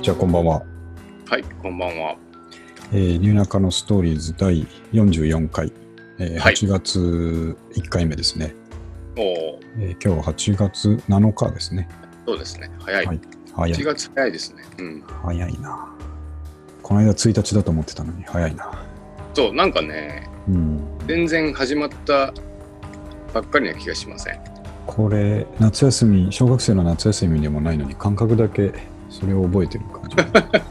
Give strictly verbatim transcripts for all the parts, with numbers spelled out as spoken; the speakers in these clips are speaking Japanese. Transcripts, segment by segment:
じゃあこんばんは。 はい、こんばんは。 えー、ニューナカのストーリーズだいよんじゅうよんかい、えーはいはちがついっかいめですね。 おーえー今日ははちがつなのかですね。 そうですね、早い。 はい。早い。 いちがつ早いですね。うん。 早いな。この間ついたちだと思ってたのに早いな。 そう、なんかね、 うん。 全然始まったばっかりな気がしません。 これ夏休み、小学生の夏休みでもないのに感覚だけそれを覚えてる感じ。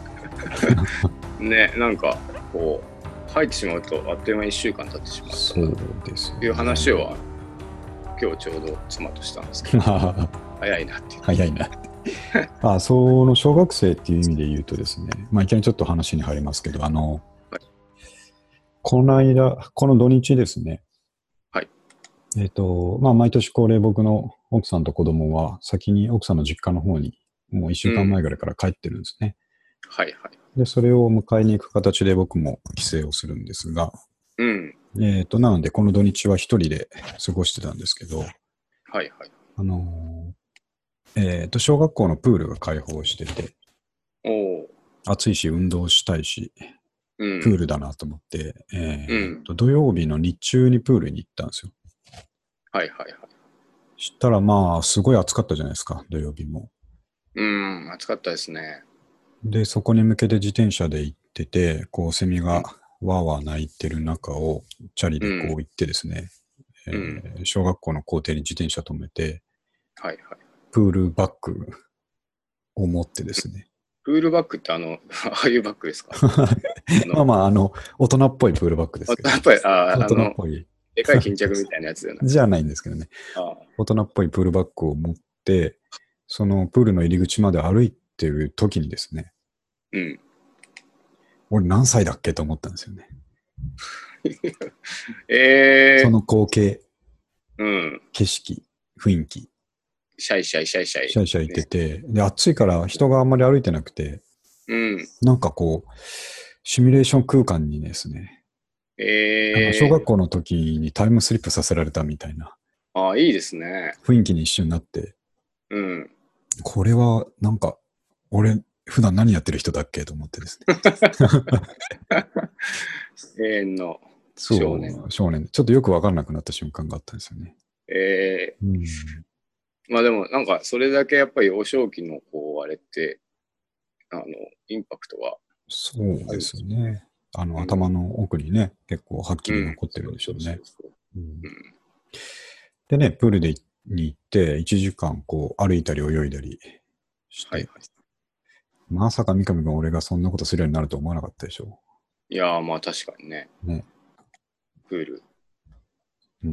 ね、なんか、こう、入ってしまうと、あっという間にいっしゅうかん経ってしまうそうですね。 という話は、今日ちょうど妻としたんですけど、早いなっていう。 早いな。あ、その小学生っていう意味で言うとですね、まあ、いきなりちょっと話に入りますけど、あの、 はいこの間、この土日ですね、 はい。 えっと、まあ、毎年恒例僕の奥さんと子供は先に奥さんの実家の方にもういっしゅうかんまえぐらいから帰ってるんですね。 はいはい。 で、それを迎えに行く形で僕も帰省をするんですが、 うん。 えっと、なのでこの土日は一人で過ごしてたんですけど、 はいはい。 あのー、えっと、小学校のプールが開放してて、 おー暑いし運動したいし、 うん。 プールだなと思って、えーうんと土曜日の日中にプールに行ったんですよ。 はいはいはい。 したらまあ、すごい暑かったじゃないですか、土曜日も。 うん、暑かったですね。 で、そこに向けて自転車で行ってて、こう、セミがうんわーわー鳴いてる中を、チャリでこう行ってですね、えうんー小学校の校庭に自転車止めて、 はいはい。 プールバッグを持ってですね。 プールバッグってあの、ああいうバッグですか？あのまあまあ、あの、大人っぽいプールバッグですけど、 やっぱり、あ大あの、 人っぽい、 でかい巾着みたいなやつだよね。 じゃないんですけどね。 あ大人っぽいプールバッグを持って、そのプールの入り口まで歩いてる時にですね、 うん。 俺何歳だっけと思ったんですよね。 えー、 その光景、 うん。 景色、雰囲気、 シャイシャイシャイシャイ。 シャイシャイ言ってね、 て、で、暑いから人があんまり歩いてなくて、 うん。 なんかこう、シミュレーション空間にですね、あの小え学校の時にタイムスリップさせられたみたいなー、あ、いいですね。 雰囲気に一瞬なって、 うん。 これはなんか、俺、普段何やってる人だっけと思ってですね。 永遠のそ少年。 う、少年。ちょっとよくわかんなくなった瞬間があったんですよね。 えうん、 ー、まあでもなんかそれだけやっぱり幼少期のこう、あれって、あの、インパクトはそうであるんですよ。 すね。あの、 うん。 頭の奥にね、結構はっきうん。 り残ってるんそうそうでしょうね。 そうそう。 うんうん。 でね、プールでに行って、いちじかんこう歩いたり泳いだりして、 はいはい。 まさか三上君俺がそんなことするようになると思わなかったでしょいやーまあ確かにね、 う。ね。 プール。 うん、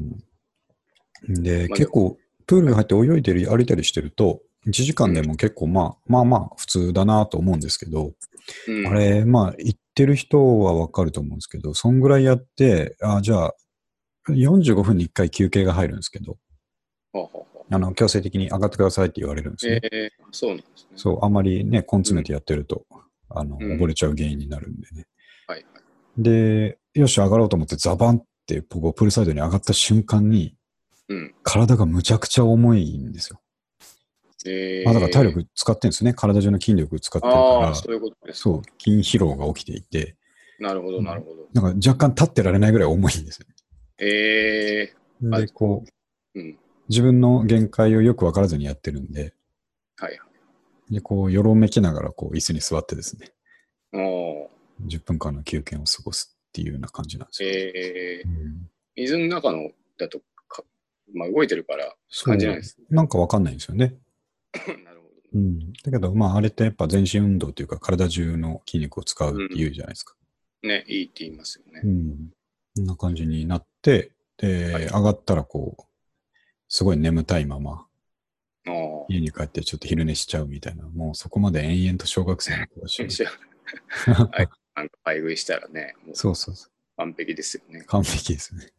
で、 まあでも、 結構、プールに入って泳いでり歩いたりしてると、いちじかんでも結構まあ、まあまあ普通だなと思うんですけど、 うん。 あれ、まあ、行ってる人はわかると思うんですけど、そんぐらいやって、あ、じゃあ、よんじゅうごふんにいっかい休憩が入るんですけど、 ほうほうほう。 あの、強制的に上がってくださいって言われるんですね。 えー、そうなんですね。 そう、あんまりね、根詰めてやってると、あの、 うん溺れちゃう原因になるんでね。 はいはい。 で、よし、上がろうと思ってザバンって、ここプールサイドに上がった瞬間に、 うん。 体がむちゃくちゃ重いんですよ。 えまあ、だから体ー、 力使ってるんですね。体中の筋力使ってるかああ、 ら、 そういうことですか。 そう、筋疲労が起きていて、 なるほど、 うんなるほど。 なんか若干立ってられないぐらい重いんですよえー、 ね。 あ、 で、こう、 う、うん。 自分の限界をよくわからずにやってるんで、 はいはい。 で、こう、よろめきながら、こう、椅子に座ってですね、 おー、 じゅっぷんかんの休憩を過ごすっていうような感じなんですよ。 えー、 うん、 水の中のだとか、まあ動いてるからそう、 感じないです。 なんかわかんないんですよね。 なるほうん。だけど、まあ、あれってやっぱ全身運動というか、体中の筋肉を使うど。 っていうじゃないですか。 うん。ね、いいって言いますよね。 うん。こんな感じになって、で、 はい。 上がったらこう、すごい眠たいまま、 ああ。 家に帰ってちょっと昼寝しちゃうみたいな、もうそこまで延々と小学生の子がしまじゃあ、はい。なんか買い食いしたらね、もうそうそうそう。 完璧ですよね。 完璧ですね。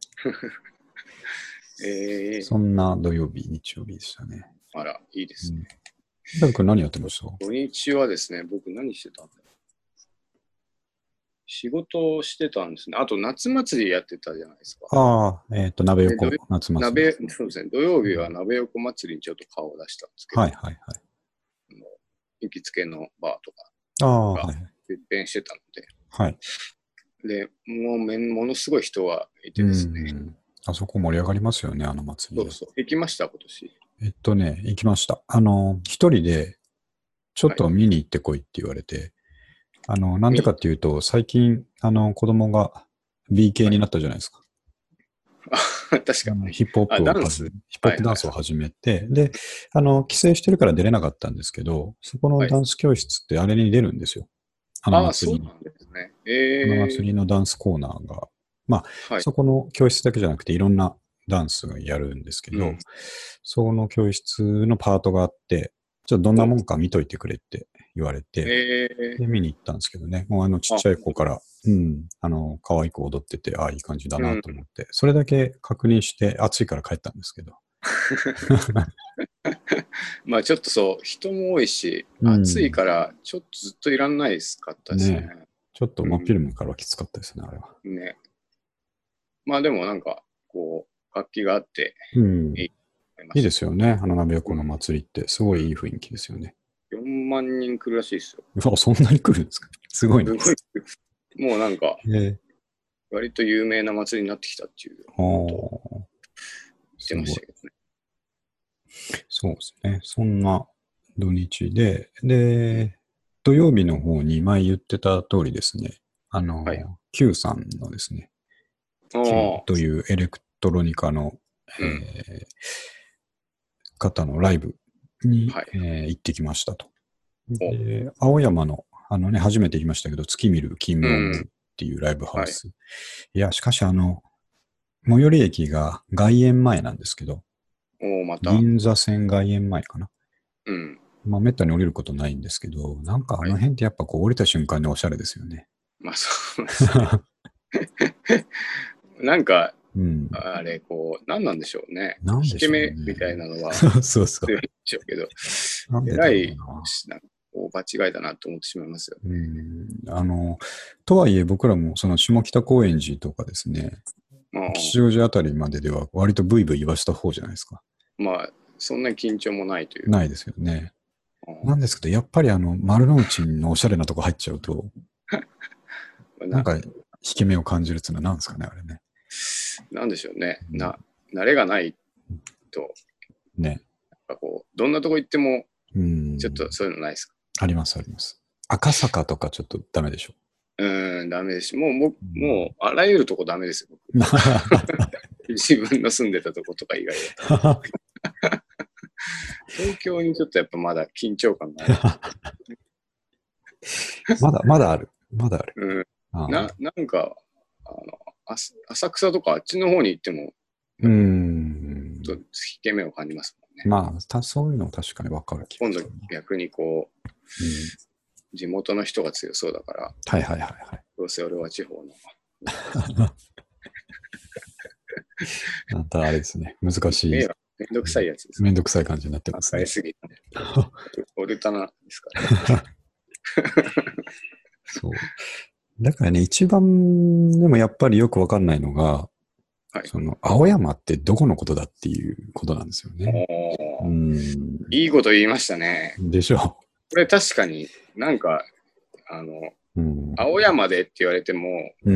えー、 そんな土曜日、日曜日でしたね。 あら、いいですね。 大学何やってました？ 土日はですね、僕何してたんだろう。仕事をしてたんですね。あと、夏祭りやってたじゃないですか。 ああ、えっと、鍋で、 横土夏祭り。 鍋、そうですね、土曜日は鍋横祭りにちょっと顔を出したんですけど、 はいはいはい。 あの行きつけのバーとか。 ああ、 がはい。 出店してたのはい。 で、で、もうめんものすごい人はいうてですね。 ん。あそこ盛り上がりますよね、あの祭りね。 そうそう。行きました、今年。 えっとね、行きました。あの、一人で、ちょっはい。 と見に行ってこいって言われて、あの、なんでか見に、 っていうと、最近、あの、子供が ビー 系はい。 になったじゃないですか。 あ、確かあの、 にね。 ヒップホッあ、 プをはじめ、 ダンス。 ヒップホップダンスをはいはいはい。 始めて、で、あの、帰省してるから出れなかったんですけど、そこのはい。 ダンス教室ってあれに出るんですよ。あのああ、そ祭りに。 うなんですね。 あのええ、 祭りのダンスコーナーが、まあ、 はい。 そこの教室だけじゃなくていろんなダンスがやるんですけど、 うん。 そこの教室のパートがあって、ちょっとどんなお、 もんか見といてくれって言われて、 ええ、 で、見に行ったんですけどね、もうあのちっあ、 ちゃい本当。 子から、うん、あの、可愛く踊ってて、ああ、いい感じだうん。 なと思って、それだけ確認して暑いから帰ったんですけど。 まあちょっとそう、人も多いし、 う暑いん。 からちょっとずっといらんないですかったですね。 ねえ。ちょっと真っうん。 昼間からはきつかったですね、あれは。 ね。まあでもなんか、こう、活気があってうん。 いいと思いまいいでした。 すよね、花鍋うん。 横の祭りって。すごいいい雰囲気ですよね。 よんまん人来るらしいですよ。 うわ、そんなに来るんですか？すごいな。 すごい。もうなんか、 ええ、 割と有名な祭りになってきたっていうあことをあ、 言ってすごい。 ましたけどね。 そうですね。そんな土日で、 うん。 で、土曜日の方に前言ってた通りですね、あはい。 の、Q さんのですね、 あ Q あ、 というエレクトロニカの、 うん。 えー方のライブに、 はい。 えー行ってきましたと。 お、 で、青山の、あのね、初めて言いましたけど、月見る金門っうん。 ていうライブハウはい。 ス。いや、しかしあの、最寄り駅が外苑前なんですけど、 お、また。 銀座線外苑前かな。 うん。 まあ、めったに降りることないんですけど、なんかあはい。 の辺ってやっぱこう降りた瞬間におしゃれですよね。 まあそうですね。なんか、 うん。 あれ、こう、何なんでしょうね。引けなんでしょう目みたいね。 なのはそうそうそう。 強いんでしょうけど、 なんでだろうえらい、 な。 なんかこう、場違いだなと思ってしまいますようね。 ん。あの、とはいえ僕らもその下北高円寺とかですね、 まあ、 吉祥寺あたりまででは割とブイブイ言わした方じゃないですか。 まあ、そんなに緊張もないというか。 ないですよね。 あなんですけど、やっぱりあの、丸の内のおしゃれなとこ入っちゃうと、 ーな、 なんか、引け目を感じるっていうのは何ですかね、あれね。 なんでしょうね。 うん、 な、慣れがないと、 ね。 なんかこう、どんなとこ行っても、 うちょっとん。 そういうのないですか？ あります、あります。赤坂とかちょっとダメでしょ。 うーん、ダメですし、もう、もうう、もうあらゆるとこダメですよ、僕。 ん。 自分の住んでたとことか以外だと。東京にちょっとやっぱまだ緊張感があるっていうか、 まだ、まだある。まだある。 うん、 ああ、 な、なんか、あの、あす浅草とかあっちの方に行っても、 うーやっぱちょっとん。 引け目を感じますもんね。 まあ、たそういうの確かにわかる気が今度するな。 逆にこう、 うん。 地元の人が強そうだから、 はいはいはいはい。 どうせ俺は地方の人間だ。 またあれですね。難しい、 迷惑、めんどくさいやつですかめんどくさい感じになってら。 ますね。 考えすぎて。オルタナですからね。 そう。だからね、一番でもやっぱりよくわかんないのが、 はい。 その、青山ってどこのことだっていうことなんですよね。うおー、 ん。 いいこと言いましたね。 でしょこれ確かになんか、あの、 う。うん。 青山でって言われても、 うん。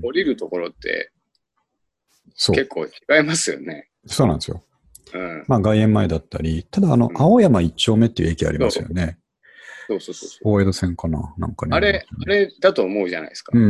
降りるところってそう。 結構違いますよね。 そうなんですよ。 うん。 まあ外苑前だったり、ただあの、 うん、 青山一丁目っていう駅ありそうますよね。 そうそうそうそう。 大江戸線かななんかにああれ、 りますよね。 あれだと思うじゃないですか。 うん。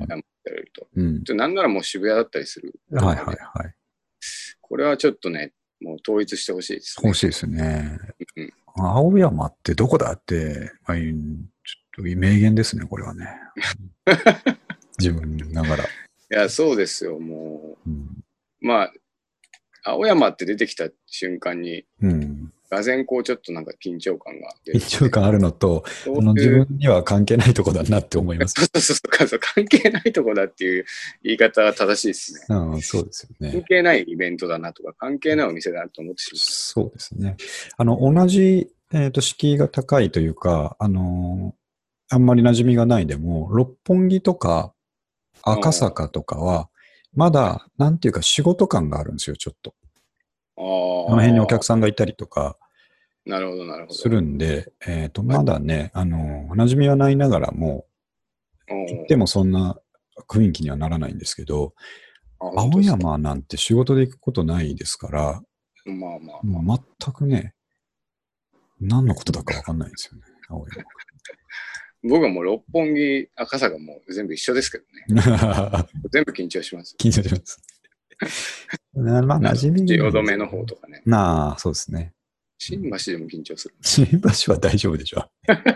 青山って言われると。 うん。 でなんならもう渋谷だったりするはいので、 はいはい。 これはちょっとね、もう統一してほしいですね。 欲しいですね。 うん。 青山ってどこだって、まあ、ちょっと名言ですね、これはね。自分ながら。 いや、そうですよ、もうん。 う。まあ、青山って出てきた瞬間に、 うん。 がぜんこうちょっとなんか緊張感が出るっていう、 緊張感あるのと、 そあの、 ういう、 自分には関係ないとこだなって思います。 そうそうそうそう、関係ないとこだっていう言い方は正しいですね。 うん、そうですよ関ね。 係ないイベントだなとか、関係ないお店だなと思ってしまう。 そうですね。あの、同じ、えっと、敷居が高いというか、あの、あんまり馴染みがないでも、六本木とかああ、 赤坂とかは、まはい。 だ、なんていうか仕事感があるんですよ、ちょっと。 ああの辺にお客あ、 さんがいたりとか、 なるほど、なるほど。 するんで、えっと、まだね、あの、馴染みはないながらも、行っても、 もそんな雰囲気にはならないんですけど、 あ、本当青ですか。 山なんて仕事で行くことないですから、 まあまあまあ。 もう全くね、何のことだかわかんないんですよね、青僕はもう六本木、赤坂も全部一緒ですけどね。 山。 全部緊張します。 緊張します。なまあ、馴染みがないんですよ。 汐留の方とかね。 なあ、そうですね。 新橋でも緊張する。 新橋は大丈夫でしょ。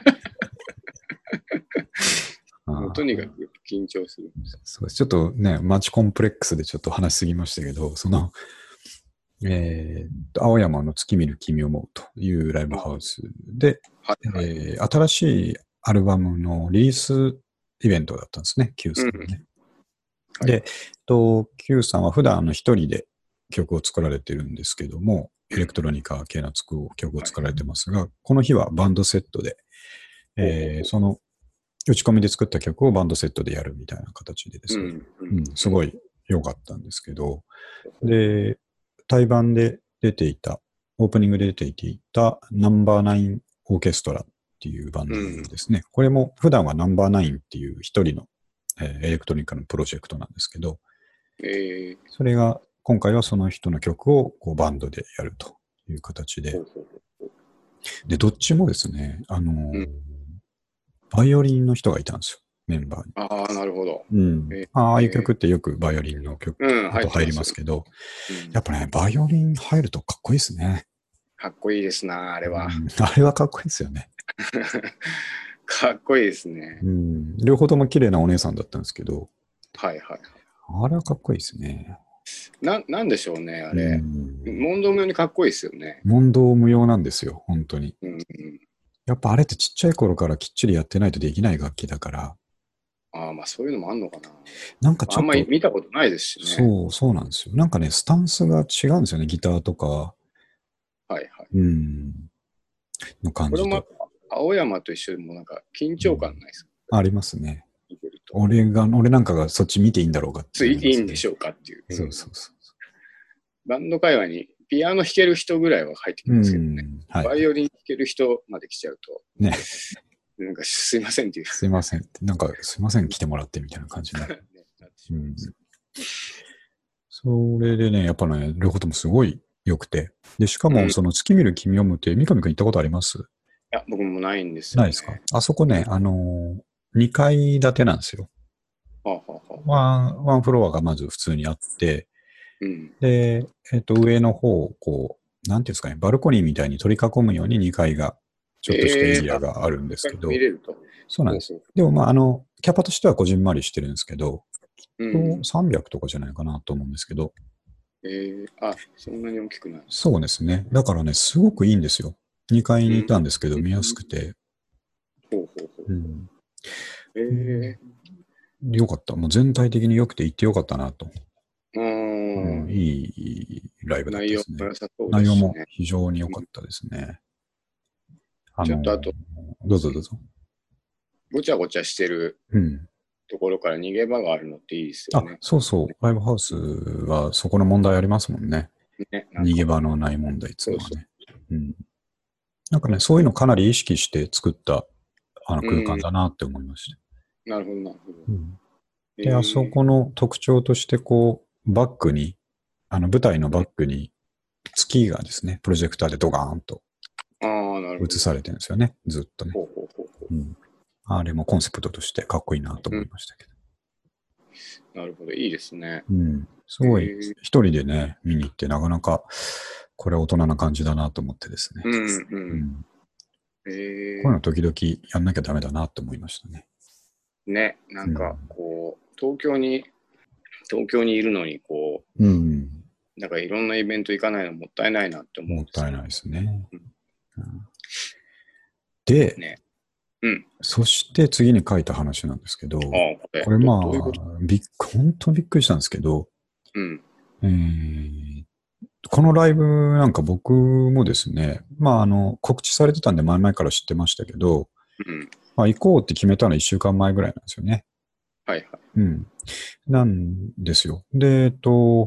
もうとにかく緊張するんです。 そうです。ちょっとね、マチコンプレックスでちょっと話しすぎましたけど、その、えーと、青山の月見る君を思うというライブハウスで、 はいはい。 えー新しいアルバムのリリースイベントだったんですね、Q さんのね。 はいで、と Q さんは普段あの一人で曲を作られてるんですけども、エレクトロニカ系な曲を作られてますが、この日はバンドセットで、えーその打ち込みで作った曲をバンドセットでやるみたいな形でですね、 うんううんん、すごい良かったんですけど、で、対バンで出ていた、オープニングで出ていたナンバーナインオーケストラっていうバンドですね。これも普段はナンバーナインっていう一人の、えーエレクトロニカのプロジェクトなんですけど、 えーそれが今回はその人の曲をこうバンドでやるという形で、 ほうほうほうで、どっちもですね、あのーうんバイオリンの人がいたんですよ、メンバーに。 ああ、なるほど。 うんえーああいう曲ってよくバイオリンの曲、 うん、 音入り入ってますますけど、 うんやっぱね、バイオリン入るとかっこいいですね。 かっこいいですな、あれは。 うんあれはかっこいいですよね。 かっこいいですね。 うん、両方とも綺麗なお姉さんだったんですけど、 はいはい。 あれはかっこいいですね。 な、なんでしょうね、あうれ。 ん、 問答無用にかっこいいですよね。 問答無用なんですよ、本当に。 うんうん、 やっぱあれってちっちゃい頃からきっちりやってないとできない楽器だから、 ああ、まあそういうのもあんのかな。 なんかちあんまりょっと、 見たことないですしね。 そう、そうなんですよ。なんかね、スタンスが違うんですよね、ギターとか、 はいはい。 うん、の感これもじと。 青山と一緒でもなんか緊張感ないですか、 ありますね。 見てると。 俺が、俺なんかがそっち見ていいんだろうかってついていいんでょしょうかっていう。 そうそうそう。 バンド会話にピアノ弾ける人ぐらいは入ってきますけどね。 うん、はい。 バイオリン弾ける人まで来ちゃうと、 ね、 なんかすいませんっていう。 すいません。なんか、すいません、来てもらってみたいな感じになる。 ねなってしうんまいます、 それでね、やっぱね、両方ともすごい良くて。で、しかも、 うんその月見る君をむって、三上くん行ったことありますいや、僕もないんですよ、ね。 ないですかあそこね、あのー、にかい建てなんですよ。 はあ、はあはあ、 ワン、ワンフロアがまず普通にあって、 うん。 で、えっと、上の方、こう、なんていうんですかね、バルコニーみたいに取り囲むようににかいが、ちょっとしたエリアがあるんですけど、 見れると。 そうなんですほうほ。 でも、まあ、あの、キャパとしてはこじんまりしてるんですけど、 ううん、 さんびゃくとかじゃないかなと思うんですけど、 えー、あ、そんなに大きくない。 そうですね。だからね、すごくいいんですよ。にかいにいたんですけど、 うん見やすくて。 ほうほうほう。 うん。 えよかった。もう全体的に良くて行ってよかったなと。 ー、ううんん。 いいライブだった内ですね。 容も良さそうですしね。 内容も非常に良かったですね。あのちょっとあと、 どうぞどうぞ。 ごちゃごちゃしてるうん。 ところから逃げ場があるのっていいですよあね。、 そうそう。ライブハウスはそこの問題ありますもんね。 ねなんか逃げ場のない問題っていうのはね。うん。なんかね、そういうのかなり意識して作ったあの空間だなって思いました。 なるほど、なるほど。 うんえで、あそこの特徴として、こう、バックに、あの舞台のバックに月がですね、プロジェクターでドガーンとああ、なるほど。 映されてるんですよね、ずっとね。 ほうほうほうほう。 うん、あれもコンセプトとしてかっこいいなと思いましたけど。 なるほど、いいですね。 うん、すごい、 へー一人でね、見に行ってなかなか、これ大人な感じだなと思ってですね。 うん、う。 うんんえこういうーの時々やんなきゃダメだなと思いましたね。 ね、なんかこう、東京に、東京にいるのに、こうん、 う、なんかいろんなイベント行かないのもったいないなって思うんですよもったいないですね。 うんうんで、 ね。うん。 そして次に書いた話なんですけど、 ああ、これ、 これまあどどういうことびっく、本当びっくりしたんですけど、 うん。 えーこのライブなんか僕もですね、まああの告知されてたんで前々から知ってましたけど、 うん。 まあ行こうって決めたのはいっしゅうかんまえぐらいなんですよね。 はいはい。 うん。なんですよ。で、えっと、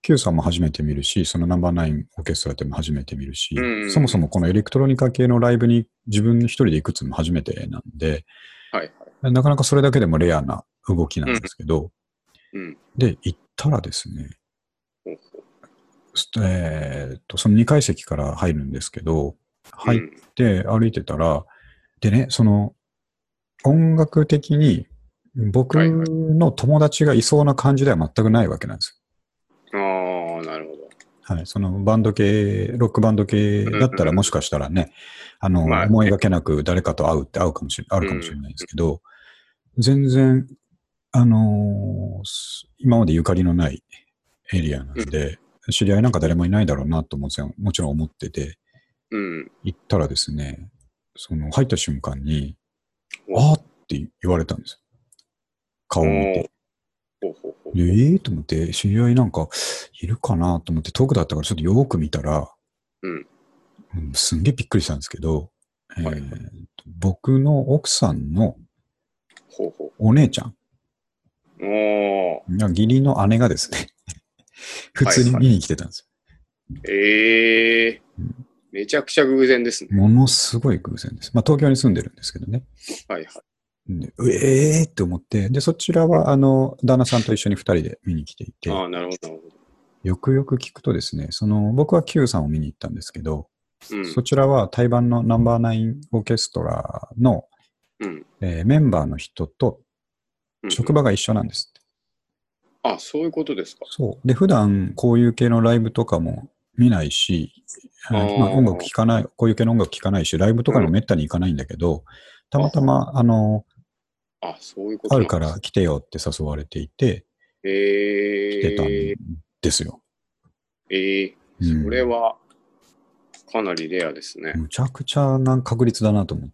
Q さんも初めて見るし、そのナンバーナインオーケストラでも初めて見るし、 うん、 そもそもこのエレクトロニカ系のライブに自分一人で行くつも初めてなんで、 はいはい。 なかなかそれだけでもレアな動きなんですけど、 うん。 で、行ったらですね、 ほうほうえーっと、そのにかい席から入るんですけど、入っうん。 て歩いてたら、でね、その音楽的に僕はいはい。 の友達がいそうな感じでは全くないわけなんですああ、なるほど。 よ。はい。そのバンド系、ロックバンド系だったらもしかしたらね、あの、 まあね。 思いがけなく誰かと会うって会うかもしれ、あるうん。 かもしれないですけど、全然、あのー今までゆかりのないエリアなうん。 んで、知り合いなんか誰もいないだろうなともちろんもちろん思ってて、 うん。 行ったらですね、その入った瞬間に、 ほうあーって言われたんですよ。顔を見ほう。 て。 ほうほうほうでほう。 ええー、と思って、知り合いなんかいるかなと思って遠くだったからちょっとよーく見たら、 うん。 うん、すんげえびっくりしたんですけど、えはいはい。 ーと僕の奥さんのほうほお姉ちゃん、 う。おー。 義理の姉がですね、普はいはい。 通に見に来てたんですええよ。 ー。めちゃくちゃ偶然ですね。 ものすごい偶然です。まあ東京に住んでるんですけどね。 はいはい。 でええーって思って、で、そちらはあの、旦那さんと一緒に二人で見に来ていて、 ああ、なるほど、なるほど。 よくよく聞くとですね、その、僕は Q さんを見に行ったんですけど、 うん。 そちらは対バンのナンバーナインオーケストラの、 うん。 えーメンバーの人とうん。うん。 職場が一緒なんですって。 あ、そういうことですか。 そう。で、普段こういう系のライブとかも見ないし、 あはいまあ、音楽あ、 聴かない、こういう系の音楽聴かないし、ライブとかにもうん。 めったに行かないんだけど、たあは。 またま、あの、 あ、そういうこあるとなんです。 から来てよって誘われていて、来てたんええですよ。 ー。ええー。それうん。 はかなりレアですね。 むちゃくちゃな確率だなと思って、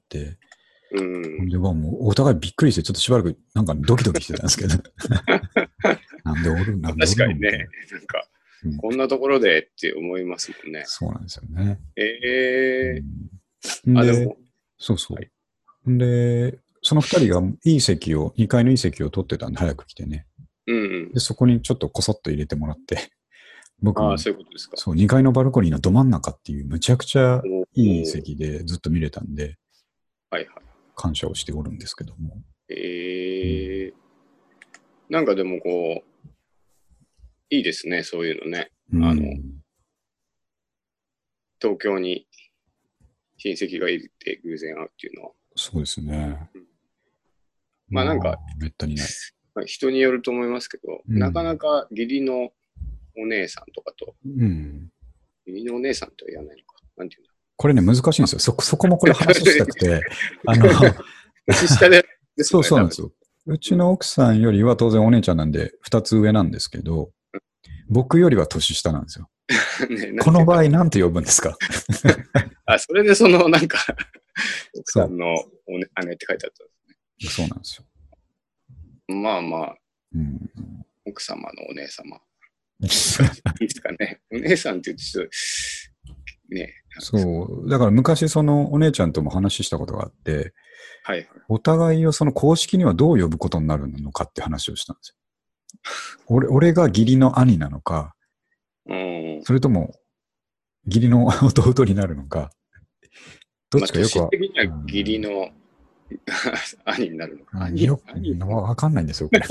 うん。 で、もうお互いびっくりして、ちょっとしばらくなんかドキドキしてたんですけど、なんでおる、なんでお確るのみたいな。 かにね、なんか、 うん、 こんなところでって思いますもんね。 そうなんですよね。 ええうん、 ー。あ、でで、 も、 そうそはい。 う。んで、その二人がいい席を、にかいのいい席を取ってたんで早く来てね。 うん。 で、そこにちょっとこそっと入れてもらって、僕ああ、 も、 そういうことですか。 そう、にかいのバルコニーのど真ん中っていうむちゃくちゃおいいお、 席でずっと見れたんで、 はいは感謝をしておるんですけども。 い。 うん。 ええー。なんかでもこう、いいですね、そういうのね。 うあの、 ん、 東京に親戚がいて偶然会うっていうのは。 そうですね。 うんまあなんか、 まあ、めったにない。 まあ人によると思いますけど、なかなうん。 か義理のお姉さんとかと、 うん。 義理のお姉さんとは言わないのか。なんていうんだ。 これね、難しいんですよ。そこ、そこもこれ話したくて、あの、 年下でですそうもんね、多分。 そうなんですよ。うちの奥さんよりは当然お姉ちゃんなんで二つ上なんですけど、僕よりは年下なんですよ。 ね、なんこのて言ったら。 場合なんて呼ぶんですか？ あ、それでその、なんか奥さそんのお、ね、姉って書いてあったんですう。そうなんですよ。 ね。まあまあ、 うん。 奥様のお姉様って感じ。いいですかね。お姉さんって言うとちょっと、ね、なんですか。 そう。だから昔そのお姉ちゃんとも話したことがあって、 はいはい。 お互いをその公式にはどう呼ぶことになるのかって話をしたんですよ。俺、俺が義理の兄なのか、 うん。 それとも義理の弟になるのか、どっまあ、 ちかよくは、 年的にはう義理ん、 の兄になるのか。兄、 よ兄、 く、わかんないんですよ、これ。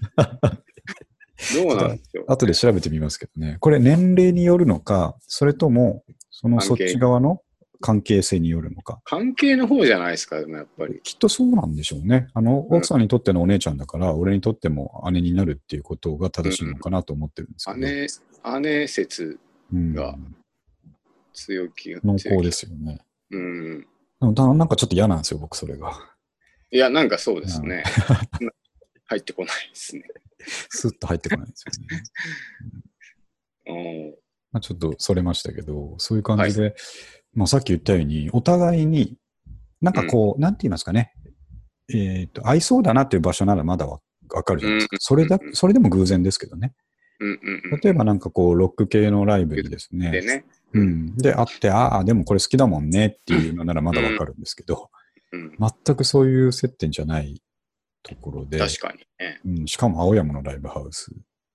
どうなちょっと、 んでしょう後でね。 調べてみますけどね。これ年齢によるのか、それとも、そのそっ関係。 ち側の関係性によるのか。 関係の方じゃないですか、でもやっぱり。 きっとそうなんでしょうね。あの、 うん。 奥さんにとってのお姉ちゃんだから、俺にとっても姉になるっていうことがう正しいのかなと思ってるんですけん、 ど。 姉、姉説うがん。 強い気が、 濃厚で強い気が。 すよね。 うん。 でもだなんかちょっと嫌なんですよ、僕それが。 いや、なんかそうでうん、 すね。入ってこないですね。 スッと入ってこないんですよね。 うん。 まあ、ちょっとそれましたけど、そういう感はい。 じで、まあ、さっき言ったように、お互いに、なんうん。 かこう、なんて言いますかね、えっと、合いそうだなっていう場所ならまだわわかるじゃうん。うん。 ないですか。それだ、それでも偶然ですけどね。 うん。うん。 例えばなんかこう、ロック系のライブにですね、 でね。うん。 うん。で、あって、ああ、でもこれ好きだもんねっていうのならまだわうん。 かるんですけど、 うん。 全くそういう接点じゃないところで、 確かにね。 うん、しかも青山のライブハウス。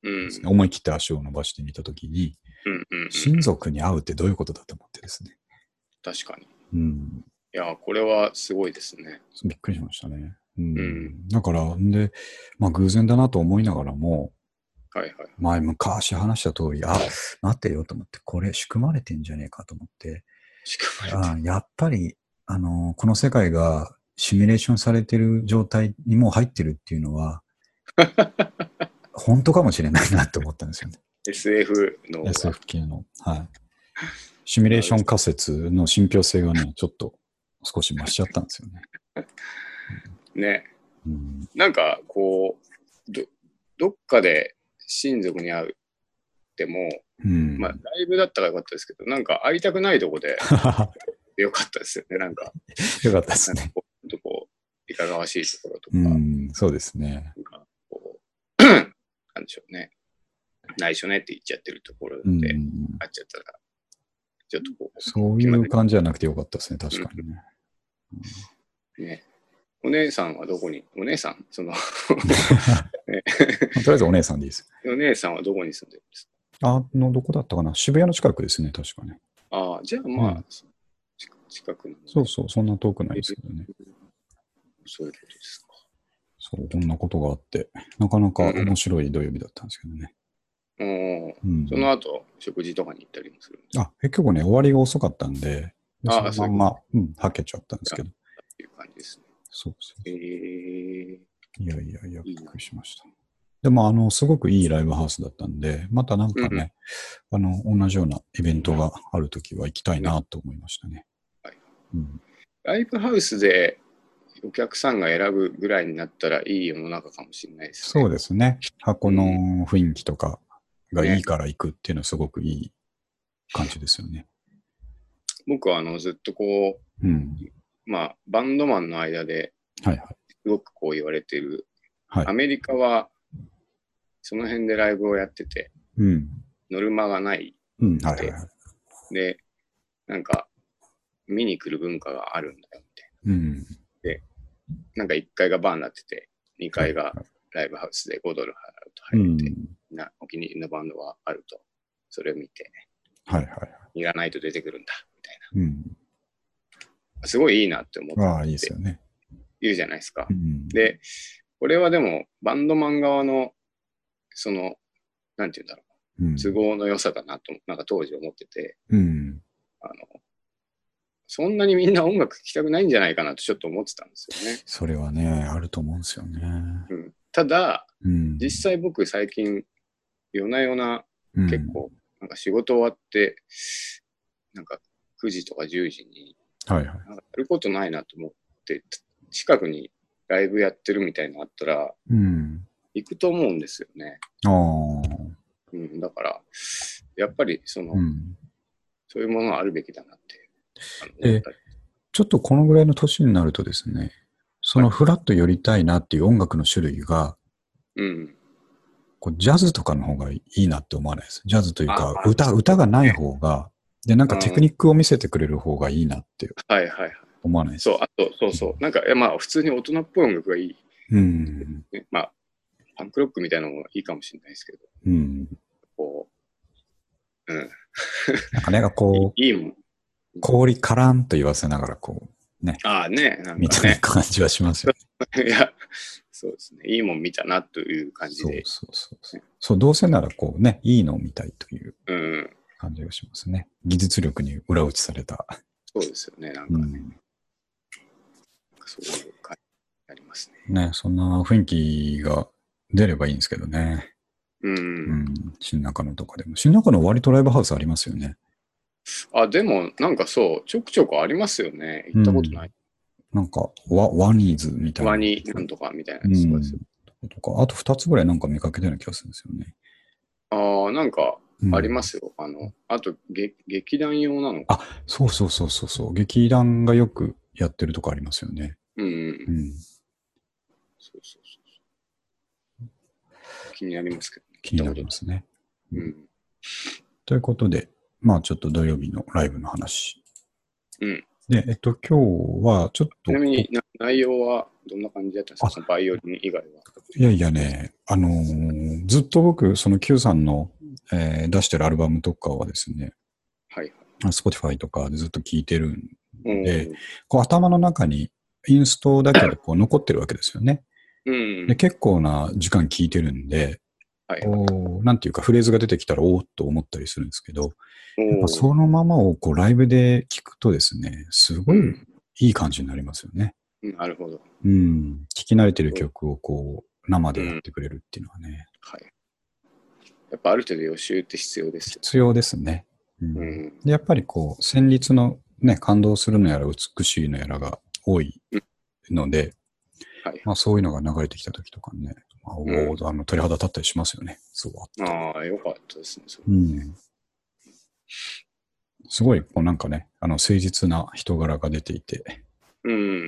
うん。 思い切って足を伸ばしてみたときに、 うんうんうん。 親族に会うってどういうことだと思ってですね。 確かに。 うん。 いや、これはすごいですね。 びっくりしましたね。うん。 うんだから、で、まあ偶然だなと思いながらも、 はいはい。 前昔話した通り、あ、待ってよと思って、これ仕組まれてんじゃねえかと思って、 仕組まれてあやっぱり、あの、この世界がシミュレーションされてる状態にもう入ってるっていうのは、本当かもしれないなと思ったんですよね。 エスエフ のが。 エスエフ 系の。はい。シミュレーション仮説の信憑性がね、ちょっと少し増しちゃったんですよね。 ね。 うん、 なんか、こう、ど、どっかで親族に会うっても、 うん、 まあ、ライブだったらよかったですけど、なんか会いたくないとこでよかったですよね。なんか、 よかったですね。 なんかこう、とこう、いかがわしいところとか、 うん、そうですね。 なんかこう、なんでしょうね。内緒ねって言っちゃってるところうん、 で会っちゃったら、ちょっとこう、 そういう感じじゃなくてよかったですね、確かにね。 ね。お姉さんはどこに、お姉さんその、ね、 とりあえずお姉さんでいいです。 お姉さんはどこに住んでるんですか？ あの、どこだったかな、渋谷の近くですね、確かね。 ああ、じゃあまあ、 うん近くの、ね、 そうそう、そんな遠くないですけどね。 そういうことですか。 そう、こんなことがあって、なかなか面白い土曜日だったんですけどね。 うん、 うん、 その後、食事とかに行ったりもするんですあ、結局ね、終わりが遅かったんで、でああ、 そのまんま、うん、はけちゃったんですけど。 っていう感じですね。 そうそう。 えー、 いやいやいや、 いいなびっくりしました。でも、あの、すごくいいライブハウスだったんで、またなんかね、あの、同じようなイベントがあるときは行きたいなと思いましたね。 はいうん、 ライブハウスでお客さんが選ぶぐらいになったらいい世の中かもしれないですね。 そうですね。箱の雰囲気とかがいいから行くっていうのはすごくいい感じですよね。 僕はあのずっとこう、うん、 まあ、バンドマンの間ではいはい。 すごくこう言われてる、 はい、 アメリカはその辺でライブをやってて、 うん、 ノルマがないうん、はいはいはい。 で、なんか見に来る文化があるんだよみたいうん、 な。で、なんかいっかいがバーになってて、にかいがライブハウスでごドル払うと入れて、 うん、 みんなお気に入りのバンドがあると、それを見て、 はいはいはい。 いらないと出てくるんだ、みたいうん。 な。すごいいいなって思ってああ、いいですよね。 言うじゃないですか。 うん、 で、これはでも、バンドマン側の、その、なんて言うんだろう、 うん、 都合の良さだなと、なんか当時思ってて、 うん、 あの、そんなにみんな音楽聴きたくないんじゃないかなとちょっと思ってたんですよね。 それはね、あると思うんですよね。 うん、ただ、 うん、 実際僕最近、夜な夜な結構、なんか仕事終わって、なんかくじとかじゅうじに、 はいはい。 なんかやることないなと思って、近くにライブやってるみたいなのあったら、 うん、 行くと思うんですよね。 ああ、 うん、だから、やっぱりその、 うん。 そういうものがあるべきだなってあの思でったり。 ちょっとこのぐらいの年になるとですね、そのフラッと寄りたいなっていう音楽の種類が、 うん。 こうジャズとかの方がいいなって思わないです。ジャズというか、 あ歌、歌がない方が、で、なんかテクニックを見せてくれる方がいいなってはいはいはい。 思わないです。 そう、あと、そうそう。なんか、いやまあ、普通に大人っぽい音楽がいい。 うん。 ね、まあ、パンクロックみたいなのもいいかもしれないですけど、 うん。 こう、うん。 なんかね、こう、 いいもん。 氷からんと言わせながら、こう、ね、 ああね、なんみたいなかね。 感じはしますよね。 いや、そうですね。いいもん見たなという感じそうで。 そうそうそう。そう、どうせならこうね、いいのを見たいといううん。 感じがしますね。技術力に裏打ちされた。 そうですよね。なんかね。 うん、 そういう感じありますね。 ね、そんな雰囲気が出ればいいんですけどね。 うん。 うん、新中野とかでも。新中野割とライブハウスありますよね。 あ、でも、なんかそう、ちょくちょくありますよね。行ったことない。 うん、なんかワ、ワニーズみたいな。 ワニなんとかみたいなうんやつですよ。 とか、あとふたつぐらいなんか見かけたような気がするんですよね。 ああ、なんかありますよ。うん、あの、あと劇、劇団用なのか。 あ、そうそうそうそうそう。劇団がよくやってるとこありますよね。 うん。うん。そうそうそう。気になりますけどね。 気になりますね。 うん。 ということで、まあちょっと土曜日のライブの話。 うん。 で、えっと、今日はちょっと。 ちなみにな内容はどんな感じだったんですか、そのバイオリン以外は。 いやいやね、あのー、ずっと僕、その Q さんの、えー、出してるアルバムとかはですね、 はいはい。Spotify とかでずっと聴いてるんで、 うん、 こう頭の中にインストだけでこう残ってるわけですよね。 うん、 で、結構な時間聴いてるんで、 はい、 こう、なんていうかフレーズが出てきたらおーっと思ったりするんですけど、やっぱそおのままをこうライブで聴くとですね、すごいうんいい感じになりますよね。 なるほど。 うん。聴き慣れてる曲をこう生でやっうん、 てくれるっていうのはね、 はい。やっぱある程度予習って必要ですよ。 必要ですね。うん。 うん、 で、やっぱりこう、旋律のね、感動するのやら美しいのやらが多いうんので、 はい。 まあそういうのが流れてきた時とかね、まあ、おうんーあの鳥肌立ったりしますよね。すごい。 ああ、よかったですね、それうん。すごい、こうなんかね、あの、誠実な人柄が出ていて、 うん。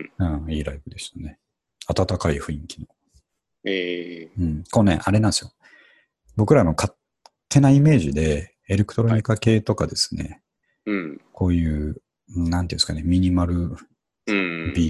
うん、いいライブでしたね。温かい雰囲気の。 ええうん。こうね、あれなんですよ。僕らの勝手なイメージで、エレクトロはい。 ニカ系とかですね、 うん。 こういう、なんていうんですかね、ミニマルうん。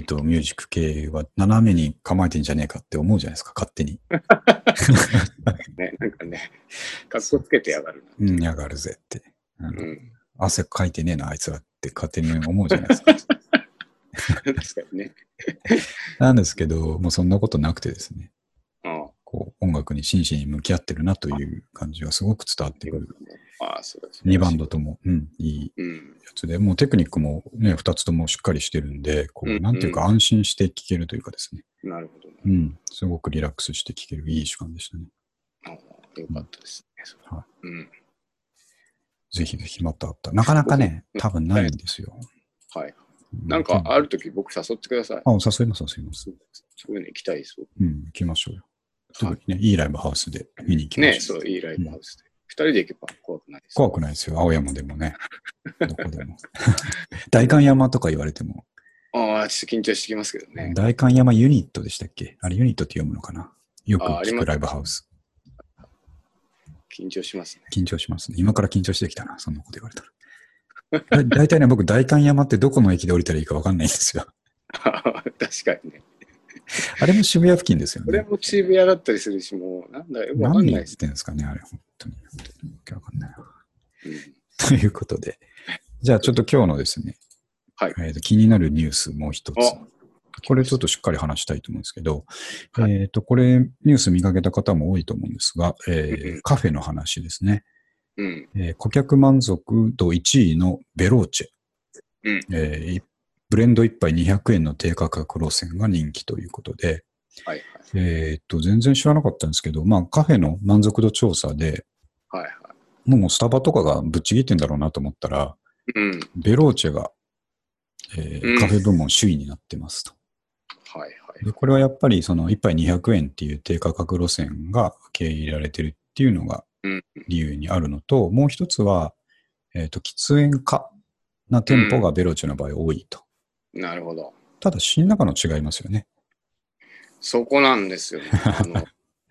ビート、ミュージック系は斜めに構えてんじゃねえかって思うじゃないですか、勝手に。 ね、なんかね、かっこつけてやがるなっうん、 ていう。 やがるぜって。あのうん。 汗かいてねえな、あいつらって勝手に思うじゃないですか。 確かにね。 なんですけど、もうそんなことなくてですね、 ああ、 こう、音楽に真摯に向き合ってるなという感じがすごく伝わってくる。 ああ、そうだ、素晴にらしい。 バンドとも、うん、いいうん。 やつで、もうテクニックもね、ふたつともしっかりしてるんで、こう、 うん、 なんていうか安心して聴けるというかですね。 うん。なるほど、 うん、すごくリラックスして聴けるいい時間でしたね。 ああ、よかったですね。 うん、はい。 うん。 ぜひぜひまたあった。なかなかね、多分ないんですよ。 はい。 うん、 なんか、あるとき僕誘ってください。 あ、誘います、誘います。 そういうの行きたいです。 うん、行きましょうよ。 はい特にね、いいライブハウスで見に行きまねしょう。 そう、いいライブハウスで。二、人で行けば怖くないです。 怖くないですよ。青山でもね。どこでも。代官山とか言われても。 ああ、ちょっと緊張してきますけどね。 代官山ユニットでしたっけ？あれユニットって読むのかな？よくああ、あります。 聞くライブハウス。 緊張しますね。 緊張しますね。今から緊張してきたな。そんなこと言われたら。だ大体ね、僕、代官山ってどこの駅で降りたらいいか分かんないんですよ。 確かにね。 あれも渋谷付近ですよね。 これも渋谷だったりするし、もう、なんだよくわかんないです。 何言ってんですかね、あれ。本当に。本当にわかんないな。 うん、 ということで。じゃあちょっと今日のですね、 はいえーと、気になるニュースもう一つ。 あこれちょっとしっかり話したいと思うんですけど、 はいえっと、これニュース見かけた方も多いと思うんですが、えーうんカフェの話ですね、 うんえー顧客満足度いちいのベローチェ、 うんえーブレンドいっぱいにひゃくえんの低価格路線が人気ということで、 はいはいえっと、全然知らなかったんですけど、まあカフェの満足度調査で、 はいはい。 もうスタバとかがぶっちぎってんだろうなと思ったら、 うんベローチェが、えーうんカフェ部門首位になってますと。 はいはい。 で、これはやっぱりそのいっぱいにひゃくえんっていう低価格路線が受け入れられてるっていうのがうん理由にあるのと、もう一つは、えっと、喫煙家な店舗がベロチェの場合多いと。 なるほど。 ただ、新中野違いますよね。 そこなんですよね。あの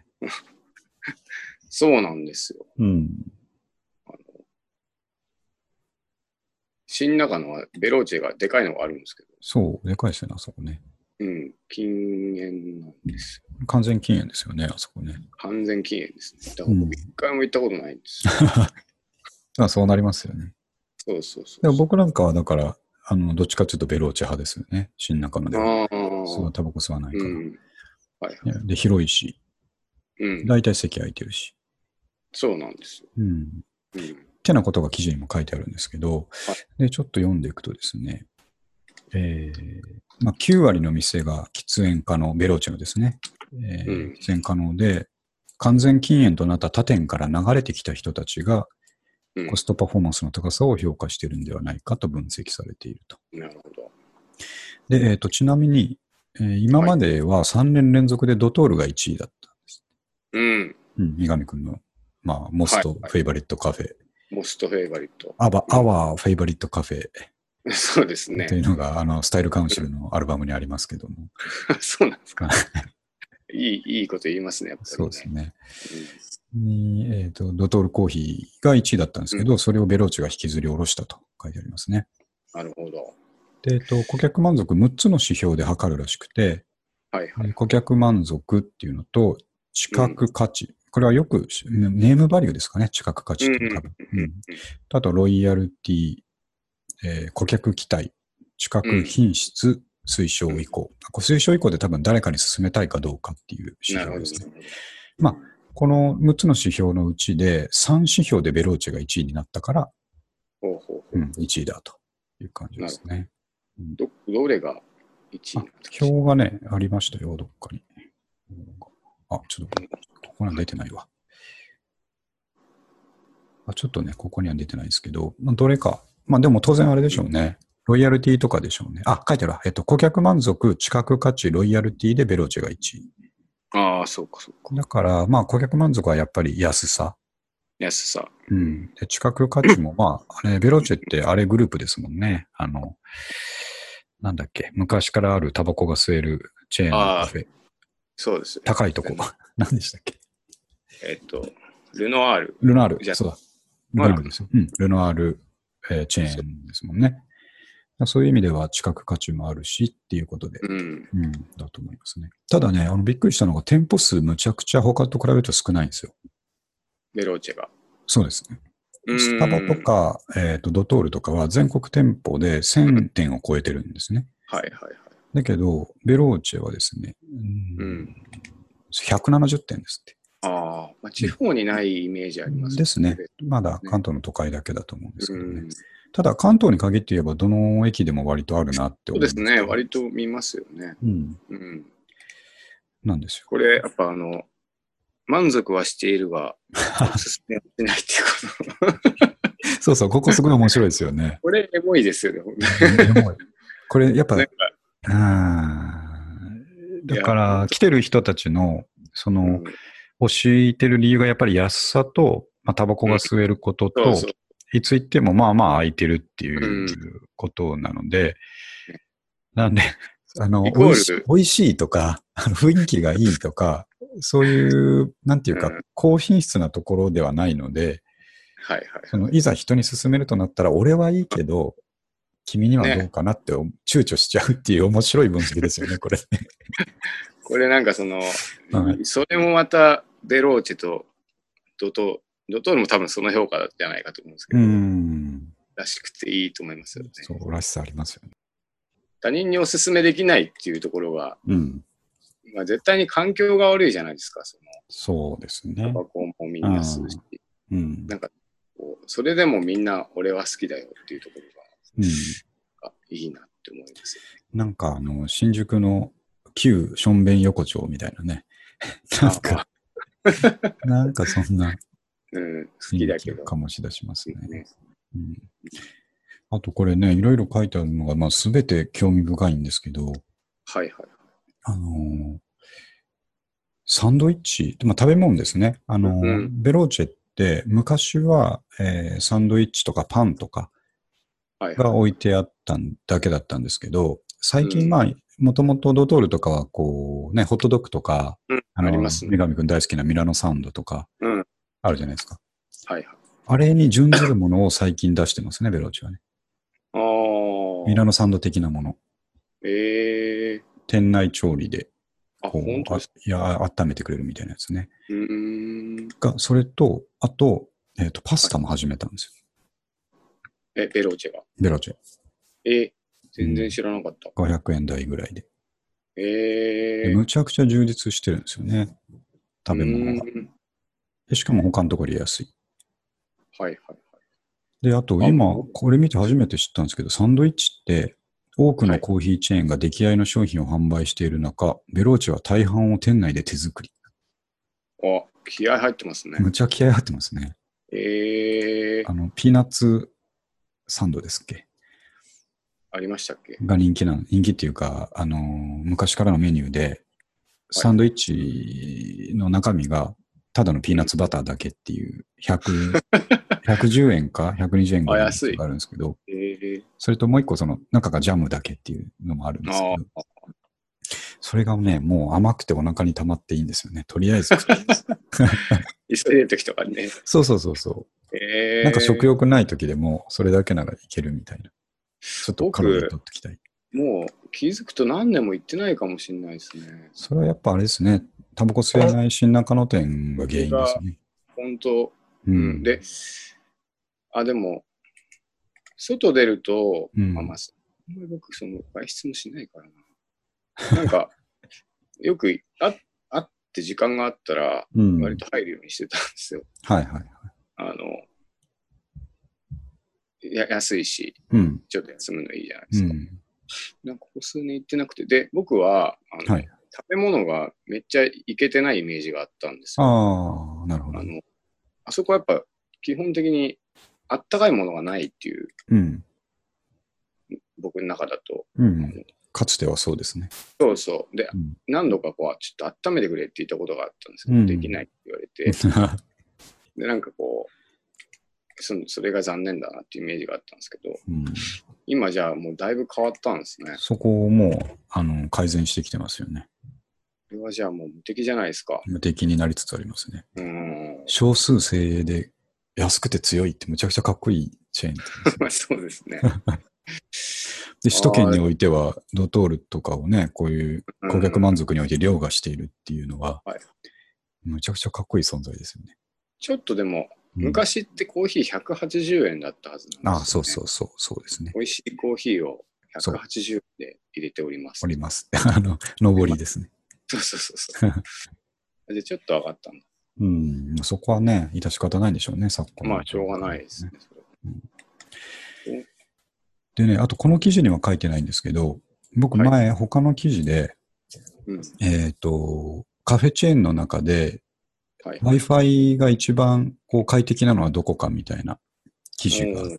そうなんですよ。 うん。 あの新中野はベローチェがでかいのがあるんですけど、 そう、でかいですよね、あそこね。 うん、禁煙なんですよ。 完全禁煙ですよね、あそこね。 完全禁煙ですね。だから僕一回も行ったことないんですよ。 まあ、そうなりますよね。 そうそうそうでも僕なんかは、だから、あの、どっちかというとベローチェ派ですよね。新中野では。 ああ、 そう、タバコ吸わないから。 うん。はいはい。 で、広いし、 うん。 だいたい席空いてるし。 そうなんですよ。 うん。 うん。 ってなことが記事にも書いてあるんですけど、 はいで、ちょっと読んでいくとですね、えーまあ、きゅう割の店が喫煙可能、ベローチェのですね、えーうん喫煙可能で、完全禁煙となった他店から流れてきた人たちが、 うんコストパフォーマンスの高さを評価しているんではないかと分析されていると。 なるほど。 で、えーと、ちなみに、えー今まではさんねん連続でドトールがいちいだったんです。 うん。 うん、三上くんの、まあ、モストはいはいフェイバリットカフェ、 モストフェイバリット。 アバ、アワーフェイバリットカフェ、 そうですというね。 のが、あの、スタイルカウンシルのアルバムにありますけども。 そうなんですか。いい、いいこと言いますね、やっぱり、ね。 そうですね。に、えっと、ドトールコーヒーがいちいだったんですけど、 うんそれをベローチが引きずり下ろしたと書いてありますね。 なるほど。 で、えっと、顧客満足むっつの指標で測るらしくて、 はいはい。 顧客満足っていうのと、知覚価値。うん、これはよく、ネームバリューですかね、知覚価値っていうのは多分。うん。あと、ロイヤルティ、えー、顧客期待、知覚品質、推奨意向。うん、推奨意向で多分誰かに進めたいかどうかっていう指標ですね。まあ、このむっつの指標のうちでさん指標でベローチェがいちいになったから、 ほうほうほう、 うん、いちいだという感じですね。 ど、どれがいちいなんですか？ 表がね、ありましたよ、どっかに。あ、ちょっと、ここには出てないわ。あ、ちょっとね、ここには出てないですけど、まあ、どれか。まあでも当然あれでしょうね。ロイヤルティとかでしょうね。あ、書いてあるわ。えっと、顧客満足、知覚価値、ロイヤルティでベローチェがいちい。 ああ、そうかそうか。 だから、まあ顧客満足はやっぱり安さ。 安さ。 うん。で、知覚価値も、まあ、あれ、ベローチェってあれグループですもんね。あの、なんだっけ、昔からあるタバコが吸えるチェーンのカフェ。 そうです、ね。 高いとこ。何でしたっけ？ えっと、ルノアール。 ルノアール。そうだ。ルノアールですよ。うん。ルノアール、えー、チェーンですもんね。そういう意味では知覚価値もあるしっていうことで、 うん、 うん、だと思いますね。ただね、あのびっくりしたのが店舗数むちゃくちゃ他と比べると少ないんですよ。 ベローチェが。 そうですね。スタバとか、えっと、ドトールとかは全国店舗でせんてんを超えてるんですね。 はいはいはい。 だけど、ベローチェはですね、うん、ひゃくななじゅってんですって。 ああ、まあ、地方にないイメージありますね。 ですね。まだ関東の都会だけだと思うんですけどね。 うん、 ただ関東に限って言えばどの駅でも割とあるなって思うん。そうですね。割と見ますよね。 うん。 うん。 なんですよ。 これ、やっぱあの、満足はしているが、進めてないっていうこと。 そうそう、ここすごい面白いですよね。 これ、エモいですよね、本当に。エモい。これ、やっぱ、あだから、来てる人たちの、その、うん、教えてる理由がやっぱり安さと、まあ、タバコが吸えることと、うん、そうそういつ行ってもまあまあ空いてるっていうことなので、うん、なんで、あの、美味しい、美味しいとか、雰囲気がいいとか、そういう、なんていうか、高品質なところではないので、 はいはい、 そのいざ人に勧めるとなったら、俺はいいけど、君にはどうかなって躊躇しちゃうっていう面白い分析ですよね、これ。 これなんかその、はい、それもまたベローチェとドトドトールも多分その評価じゃないかと思うんですけど、うんらしくていいと思いますよね。 そう、らしさありますよね。 他人にお勧めできないっていうところが、うんまあ、絶対に環境が悪いじゃないですか。そのそうですね。 タバコもみんな吸うし、うん、なんかこうそれでもみんな俺は好きだよっていうところが、うん、いいなって思いますよね。 なんかあの新宿の旧ションベン横丁みたいなね。なんかなんかそんな、 うん、好きだけど醸し出しますね。ねうん、あとこれね、いろいろ書いてあるのが、まあ、全て興味深いんですけど、 はいはい。 あのー、サンドイッチ、まあ、食べ物ですね。あのーうん、ベローチェって昔は、えー、サンドイッチとかパンとかが置いてあっただけだったんですけど、最近まあ、もともとドトールとかはこうね、ホットドッグとか、 うん、あの、ありますね。 三上くん大好きなミラノサンドとか、あるじゃないですか。 うん、はいはい。 あれに準ずるものを最近出してますね、ベローチはね。 ああ。 ミラノサンド的なもの。 ええー。 店内調理で、 あ、本当ですか？ いや、温めてくれるみたいなやつね。 うーん。 が、それと、あと、えっと、パスタも始めたんですよ。え、ベローチェが？ ベローチェ。 え、全然知らなかった。 ごひゃくえん台ぐらいで。 ええー。 むちゃくちゃ充実してるんですよね。食べ物が。でしかも他のところで安い。 はいはいはい。 で、あと今、これ見て初めて知ったんですけど、サンドイッチって多くのコーヒーチェーンが出来合いの商品を販売している中、はい、ベローチェは大半を店内で手作り。 あ、気合入ってますね。 むちゃ気合入ってますね。 ええー。 あの、ピーナッツサンドですっけ？ ありましたっけ？ が人気なの。人気っていうか、あのー、昔からのメニューで、サンドイッチの中身がただのピーナッツバターだけっていう、ひゃく、ひゃくじゅうえんかひゃくにじゅうえんぐらいのやつがあるんですけど、 えー、 それともう一個その中がジャムだけっていうのもあるんですけど、それがね、もう甘くてお腹に溜まっていいんですよね。とりあえず食ってます。 急いでる時とかね。 そうそうそうそう。えー、なんか食欲ない時でもそれだけならいけるみたいな。 ちょっとカロリー取ってきたい。 もう気づくと何年も行ってないかもしれないですね。 それはやっぱあれですね。タバコ吸えない新中野店が原因ですね。 本当、 ううんん。で、あ、でも、外出ると、 うんあ、まあ、あんまり僕、その、外出もしないからな。なんか、よくあ、あって時間があったら、 うん割と入るようにしてたんですよ。 はいはいはい。 あの、や安いし、 うん。 ちょっと休むのいいじゃないでうすか。 ん。 なんかここ数年行ってなくて、で、僕は、あの、 はい。 食べ物がめっちゃいけてないイメージがあったんですよ。 ああ、なるほど。 あの、あそこはやっぱ基本的にあったかいものがないっていう、 うん。 僕の中だと。 うん。かつてはそうですね。 そうそう。で、 うん、 何度かこう、ちょっと温めてくれって言ったことがあったんですけど、 うん、 できないって言われて、で、なんかこうそ、それが残念だなっていうイメージがあったんですけど、 うん、 今じゃあもうだいぶ変わったんですね。 そこをもうあの改善してきてますよね。 これはじゃあもう無敵じゃないですか。 無敵になりつつありますね。 うん。 少数精鋭で安くて強いってむちゃくちゃかっこいいチェーン店です、 そうですね。 で、首都圏においては、ドトールとかをね、こういう顧客満足において凌駕しているっていうのは、 はい、 むちゃくちゃかっこいい存在ですよね。 ちょっとでも、うん、昔ってコーヒーひゃくはちじゅうえんだったはずなんですよ、ね。 ああ、そうそうそう、そうですね。 美味しいコーヒーをひゃくはちじゅうえんで入れております。 おります。あの、上りですね。 そうそうそうそう。で、ちょっと上がったんだ。 うん、そこはね、致し方ないんでしょうね、昨今。 まあ、しょうがないですね。それはうん、でね、あとこの記事には書いてないんですけど、僕前、はい、他の記事で、うん、えっと、カフェチェーンの中で、はい、Wi-Fi が一番こう快適なのはどこかみたいな記事があって、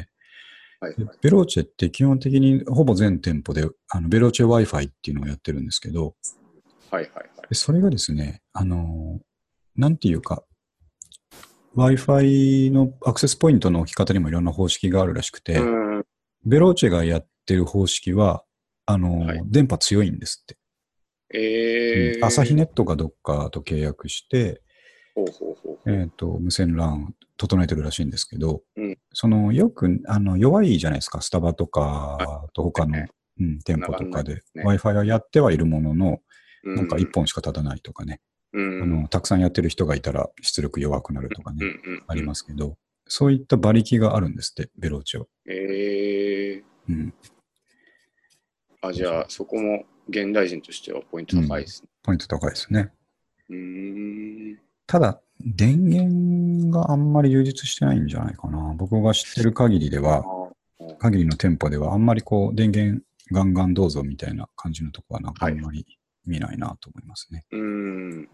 はいはい、ベローチェって基本的にほぼ全店舗であのベローチェ Wi-Fi っていうのをやってるんですけど、はいはいはい、でそれがですね、あの、なんていうか、Wi-Fi のアクセスポイントの置き方にもいろんな方式があるらしくて、うん、ベローチェがやってる方式は、あの、はい、電波強いんですって。えー、うん、朝日ネットがどっかと契約して、ほうほうほうほう、えっと、無線 ラン 整えてるらしいんですけど、うん、その、よく、あの、弱いじゃないですか、スタバとかと他の、ね、うん、店舗とかで、ね、Wi-Fi はやってはいるものの、うん、なんか一本しか立たないとかね、うん、あの、たくさんやってる人がいたら出力弱くなるとかね、うんうんうん、ありますけど、そういった馬力があるんですって、ベローチョ。えー、うん。あ、じゃあ、そこも現代人としてはポイント高いですね。うん、ポイント高いですね。うーん、ただ、電源があんまり充実してないんじゃないかな。僕が知ってる限りでは、限りの店舗では、あんまりこう、電源ガンガンどうぞみたいな感じのとこはなんかあんまり見ないなと思いますね。はい、うーん。うん、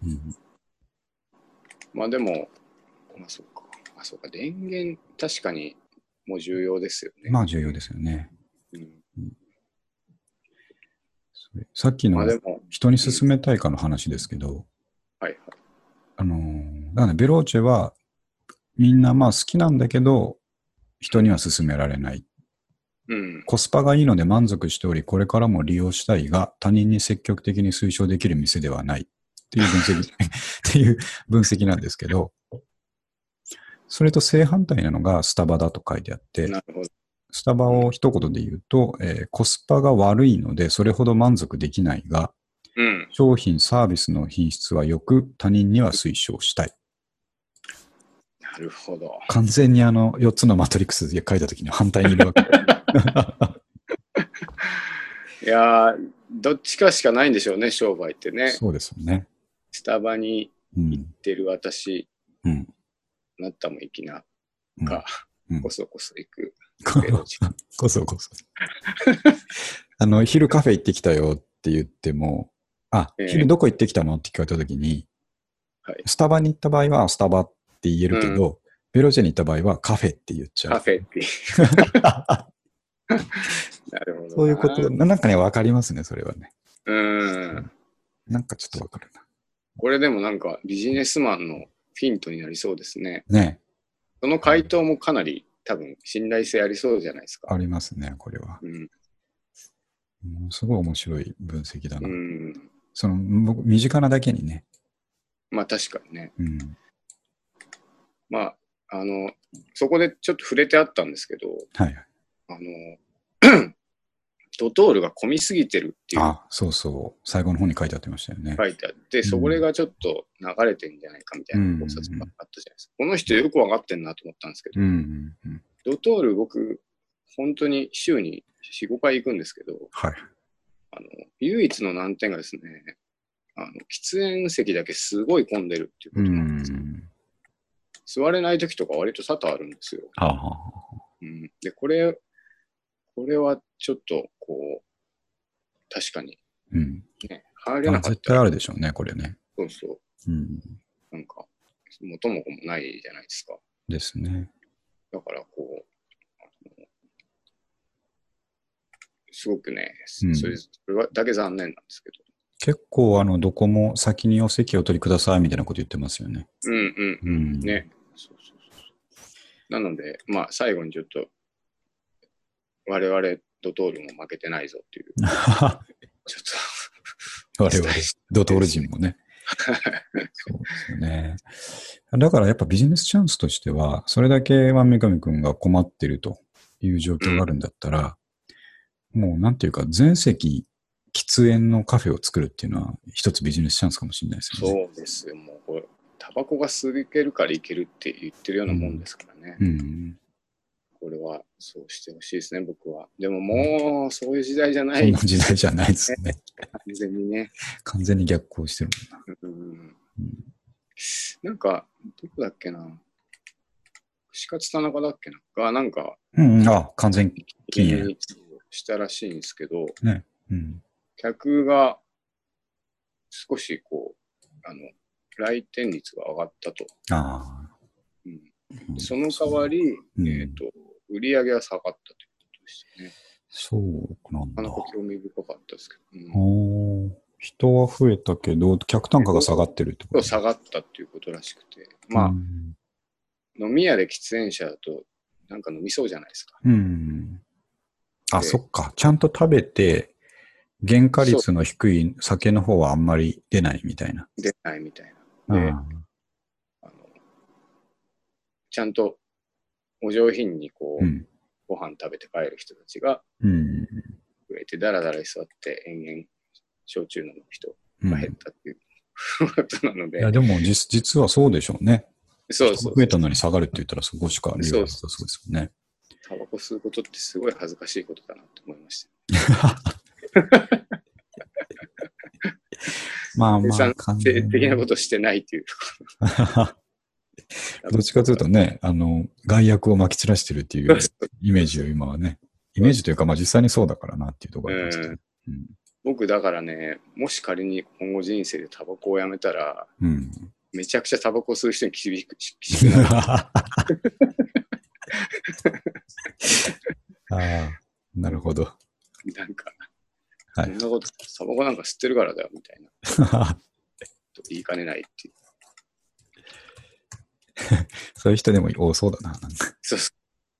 まあでも、まあそうか。あ、そうか。電源、確かにもう重要ですよね。まあ重要ですよね。うんうん、さっきの人に勧めたいかの話ですけど、うん、はいはい。あの、だからベローチェはみんなまあ好きなんだけど、人には勧められない。うん、コスパがいいので満足しており、これからも利用したいが、他人に積極的に推奨できる店ではないっていう分析、っていう分析なんですけど、それと正反対なのがスタバだと書いてあって、なるほど、スタバを一言で言うと、えー、コスパが悪いので、それほど満足できないが、うん、商品、サービスの品質は良く、他人には推奨したい。なるほど。完全にあのよっつのマトリックスで書いたときに反対にいるわけ。いやー、どっちかしかないんでしょうね、商売ってね。そうですよね。スタバに行ってる私、うん、なったも行きなか、うん、こそこそ行く。こそこそ。あの、昼カフェ行ってきたよって言っても、あ、えー、昼どこ行ってきたのって聞かれたときに、はい、スタバに行った場合はスタバって言えるけど、うん、ベローチェに行った場合はカフェって言っちゃう。カフェって言う。なるほど。そういうこと、なんかね、わかりますね、それはね。うん。なんかちょっとわかるな。これでもなんかビジネスマンのフィントになりそうですね。ね。その回答もかなり多分信頼性ありそうじゃないですか。ありますね、これは。うん。もうすごい面白い分析だな。うん。その、身近なだけにね。まあ確かにね。うん。まあ、あの、そこでちょっと触れてあったんですけど、はい。あの、 ドトールが混みすぎてるっていう。 あ、そうそう。最後の方に書いてあってましたよね。 書いてあって、それがちょっと流れてんじゃないかみたいな考察があったじゃないですか。この人よくわかってんなと思ったんですけど、 うんうんうん、 ドトール僕、本当に週によん、ごかい行くんですけど、 はい、 あの唯一の難点がですね、あの喫煙席だけすごい混んでるっていうことなんですよ。座れない時とか割と多々あるんですよ。 はあはあうん、で、これ、これはちょっとこう、確かに、 うん、 ね、入れなかったら。 絶対あるでしょうね、これね。 そうそう。うん、なんか、元も子もないじゃないですか。 ですね。 だからこう、すごくね、うん、それそれだけ残念なんですけど。 結構、あの、どこも先にお席をお取りくださいみたいなこと言ってますよね。 うんうんうん。うん、ね。そうそうそう。なので、まあ、最後にちょっと、我々ドトールも負けてないぞっていう。ちょっと。我々、ドトール人もね。そうですよね。だからやっぱビジネスチャンスとしては、それだけは三上くんが困ってるという状況があるんだったら、うん、もうなんていうか、全席喫煙のカフェを作るっていうのは一つビジネスチャンスかもしれないですよね。 そうですよ。もうこれ、タバコが吸けるからいけるって言ってるようなもんですからね。うん。うん、これはそうしてほしいですね、僕は。でももう、そういう時代じゃない、 ね。そんな時代じゃないですね。 完全にね。 完全に逆行してるもんな。 うんうん、なんか、どこだっけな。串カツ田中だっけな。が、なんか、 うんうん、あ、完全禁煙したらしいんですけど、 ね、うん、 客が少しこう、あの、来店率が上がったと。あうん、その代わり、うん、えっと、売り上げは下がったということでしたね。 そうなんだ。 なかなか興味深かったですけど。 うん、人は増えたけど、客単価が下がってるってこと？ 下がったっていうことらしくて。まあ、うん、飲み屋で喫煙者だと、なんか飲みそうじゃないですか。うん。 あ、そっか。ちゃんと食べて、原価率の低い酒の方はあんまり出ないみたいな。 出ないみたいな。で、あのちゃんとお上品にこう、うん、ご飯食べて帰る人たちが増えて、だらだら居座って延々焼酎飲む人が減ったっていう、うん、ことなので。 いや、でも実実はそうでしょうね。 そうそうそう。 増えたのに下がるって言ったらそこしか理由がなさそうですよね。 タバコ吸うことってすごい恥ずかしいことだなって思いました。 まあまあ、 完全的なことしてないっていう。 どっちかというとね、あの、害悪をまき散らしてるっていうイメージを今はね、イメージというか、まあ実際にそうだからなっていうところありますけど、うん、 僕だからね、もし仮に今後人生でタバコをやめたら、うん、めちゃくちゃタバコ吸う人に厳しくなる。ああ、なるほど。 なんか、はい、そんなこと、タバコなんか吸ってるからだよみたいな。言いかねないっていう。 そういう人でも多そうだな。なんかそうそう。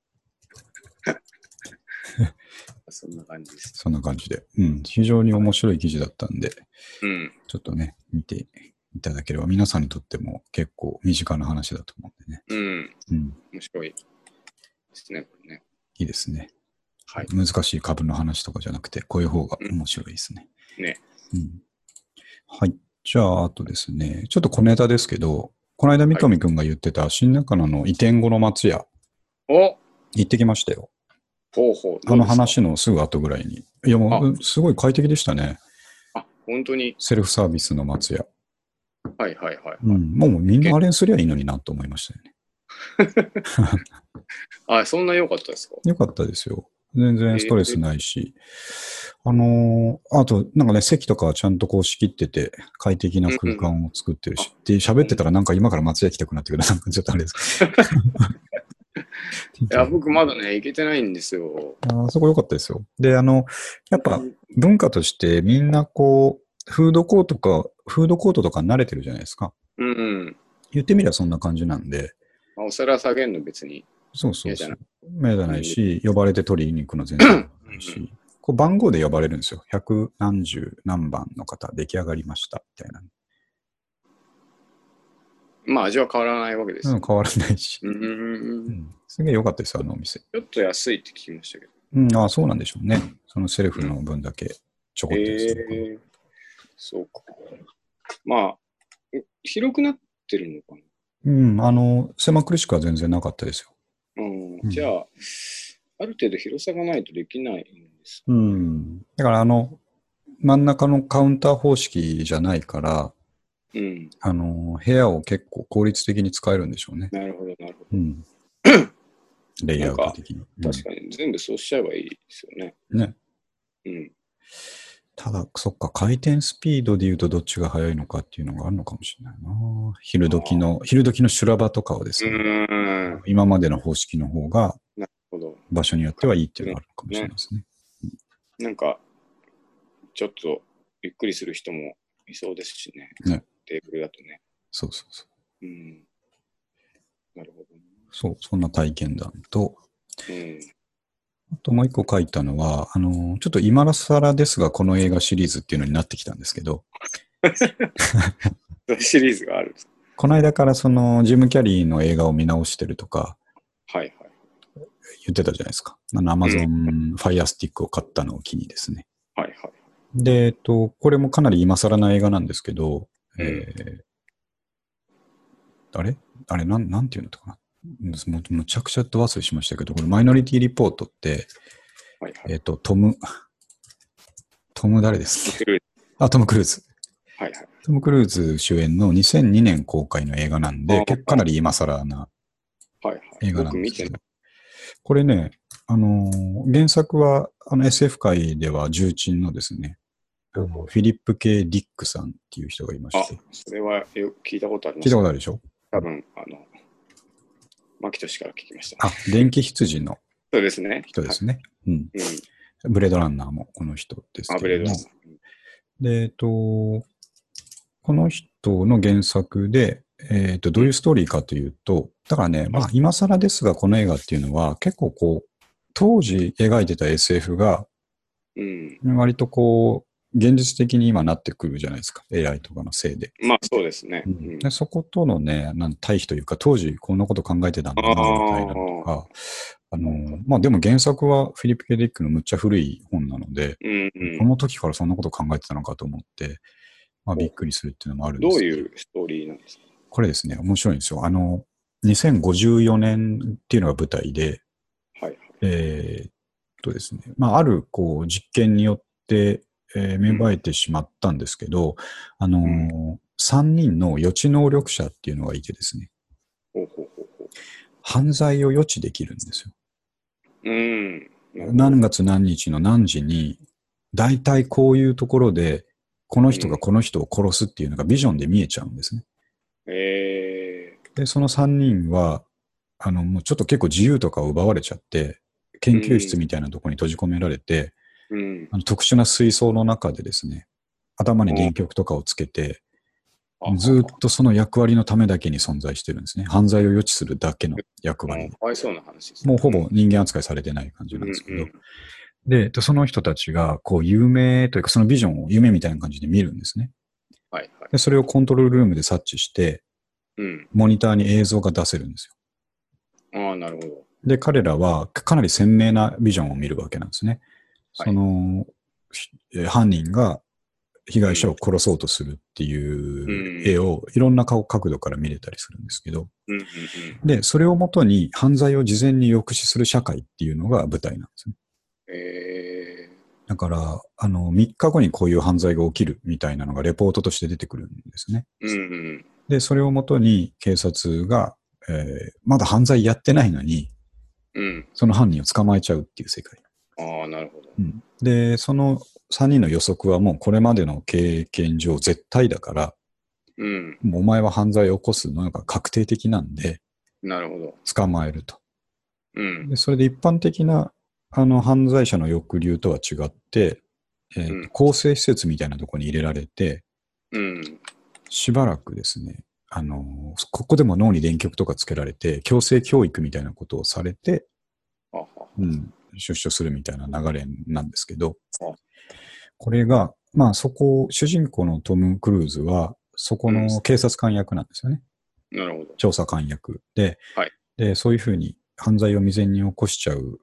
そんな感じです。 そんな感じで。うん。非常に面白い記事だったんで、 うん、 ちょっとね、見ていただければ、皆さんにとっても結構身近な話だと思うんでね。 うん。うん。面白いですね、これね。 いいですね。 はい。 難しい株の話とかじゃなくて、こういう方が面白いですね。 うん、ね。 うん。はい。じゃあ、あとですね、ちょっと小ネタですけど、この間三上くんが言ってた新中野の移転後の松屋、 お行ってきましたよ。 ほうほう。 あの話のすぐ後ぐらいに。いや、もう、すごい快適でしたね。 あ、本当にセルフサービスの松屋。 はいはいはい、はい。 うん。もうみんなあれにすりゃいいのになと思いましたよね。 あ、そんな良かったですか？ 良かったですよ。全然ストレスないし。えー、あのー、あと、なんかね、席とかはちゃんとこう仕切ってて、快適な空間を作ってるし、うんうん、で、喋ってたらなんか今から松屋行きたくなってくる。なんかちょっとあれですか。 いや、僕まだね、行けてないんですよ。 あそこ良かったですよ。で、あの、やっぱ文化としてみんなこう、フードコートか、フードコートとか慣れてるじゃないですか。 うんうん。 言ってみればそんな感じなんで。 まあ、お皿下げるの別に。 そうそうそう。目じゃないし、呼ばれて取りに行くの全然ないし、うん、こう番号で呼ばれるんですよ。百何十何番の方出来上がりましたみたいな。 まあ味は変わらないわけですよ、 うん、変わらないし。 うんうんうん、すげえ良かったです、あのお店。 ちょっと安いって聞きましたけど。 うん、ああ、そうなんでしょうね。そのセルフの分だけちょこっとやつとか、 えー、そうか。まあ、広くなってるのかな。 うん、あの、狭苦しくは全然なかったですよ。 うん、 うん、 じゃあ、ある程度広さがないとできないんですうん。だからあの、真ん中のカウンター方式じゃないから、 うん。 あの、部屋を結構効率的に使えるんでしょうね。 なるほど、なるほど。 うん。レイアウトなんか、 的に。うん、 確かに全部そうしちゃえばいいですよね。 ね。 うん。 ただ、そっか、回転スピードで言うとどっちが速いのかっていうのがあるのかもしれないな。昼ああ。 時の、昼時の修羅場とかはでうすね、 ーん。 今までの方式の方がなるほど。 場所によってはいいっていうのがあるのかもしれないね。 ですね。 なんか、ちょっとゆっくりする人もいそうですしね。 ね。 テーブルだとね。 そうそうそう。 うん。なるほどね。 そう、そんな体験談と、 うん。 あともう一個書いたのは、あの、ちょっと今更ですが、この映画シリーズっていうのになってきたんですけど、 シリーズがあるんです。 この間からそのジム・キャリーの映画を見直してるとかはいはい。 言ってたじゃないですか。あの、アマゾンファイアスティックを買ったのを機にですね。 はいはい。 で、えっと、これもかなり今更な映画なんですけど、 うん、 えー、あれあれなん、なんていうのかな。むむちゃくちゃと忘れしましたけど、これマイノリティリポートって、 はいはい。 えっと、トム、トム誰ですっけ？あ、トム・クルーズ。 はいはい。 トム・クルーズ主演のにせんにねん公開の映画なんで、 あ結構かなり今更なはいはい。 映画なん僕見てない。 ですけど、これね、あのー、原作はあの エスエフ 界では重鎮のですね、あのフィリップ・ケイ・ディックさんっていう人がいまあ、 して。 それはよく聞いたことありま聞いす、ね。 たことあるでしょ？ 多分、あの、マキトシから聞きました、 ね。あ、電気羊のそうですね。 人ですね。はい、うん。 うん。 ブレードランナーもこの人ですあ、 けども。 ブレードランナで、えっと、この人の原作で、えっと、どういうストーリーかというと、だからね、まあ今更ですが、この映画っていうのは結構こう、当時描いてた エスエフ が、割とこう、現実的に今なってくるじゃないですか。エーアイ とかのせいで。 まあそうですね。 うん、でそことのね、なん対比というか、当時こんなこと考えてたんだな、みたいなのとか、あの、まあでも原作はフィリップ・ケディックのむっちゃ古い本なので、 うんうん、 この時からそんなこと考えてたのかと思って、まあびっくりするっていうのもあるんでどうすけど。 いうストーリーなんですか？ これですね、面白いんですよ。あの、にせんごじゅうよねんっていうのが舞台で、 はいはい、 えー、っとですね、まああるこう実験によって、えー、芽生えてしまったんですけど、うん、あのー、うん、さんにんの予知能力者っていうのがいてですね、 ほうほうほうほう、 犯罪を予知できるんですよ。 うん、 何月何日の何時に、大体こういうところで、この人がこの人を殺すっていうのがビジョンで見えちゃうんですね。 うん、えー、で、そのさんにんは、あの、もうちょっと結構自由とかを奪われちゃって、研究室みたいなところに閉じ込められて、うん、あの特殊な水槽の中でですね、頭に電極とかをつけて、ずっとその役割のためだけに存在してるんですね。犯罪を予知するだけの役割。 かわいそうな話ですね。 もうほぼ人間扱いされてない感じなんですけど。で、その人たちが、こう、夢というか、そのビジョンを夢みたいな感じで見るんですね。 はいはい。 で、それをコントロールルームで察知して、うん、モニターに映像が出せるんですよ。ああ、なるほど。 で、彼らはかなり鮮明なビジョンを見るわけなんですね。はい、その、犯人が被害者を殺そうとするっていう絵をいろんな角度から見れたりするんですけど、うんうんうん、で、それをもとに犯罪を事前に抑止する社会っていうのが舞台なんですね。えー、だから、あの、みっかごにこういう犯罪が起きるみたいなのがレポートとして出てくるんですね。うんうん、で、それをもとに警察が、えー、まだ犯罪やってないのに、うん、その犯人を捕まえちゃうっていう世界。 ああ、なるほど、 うん。で、そのさんにんの予測はもうこれまでの経験上絶対だから、うん、もうお前は犯罪を起こすのが確定的なんで、 なるほど。 捕まえると。うん、でそれで一般的なあの犯罪者の抑留とは違って、えーとうん、更生施設みたいなところに入れられて、うん、しばらくですね、あの、ここでも脳に電極とかつけられて、強制教育みたいなことをされて、うん、出所するみたいな流れなんですけど、これが、まあそこ、主人公のトム・クルーズは、そこの警察官役なんですよね。 うん、なるほど。 調査官役で、 はい、 で、そういうふうに犯罪を未然に起こしちゃう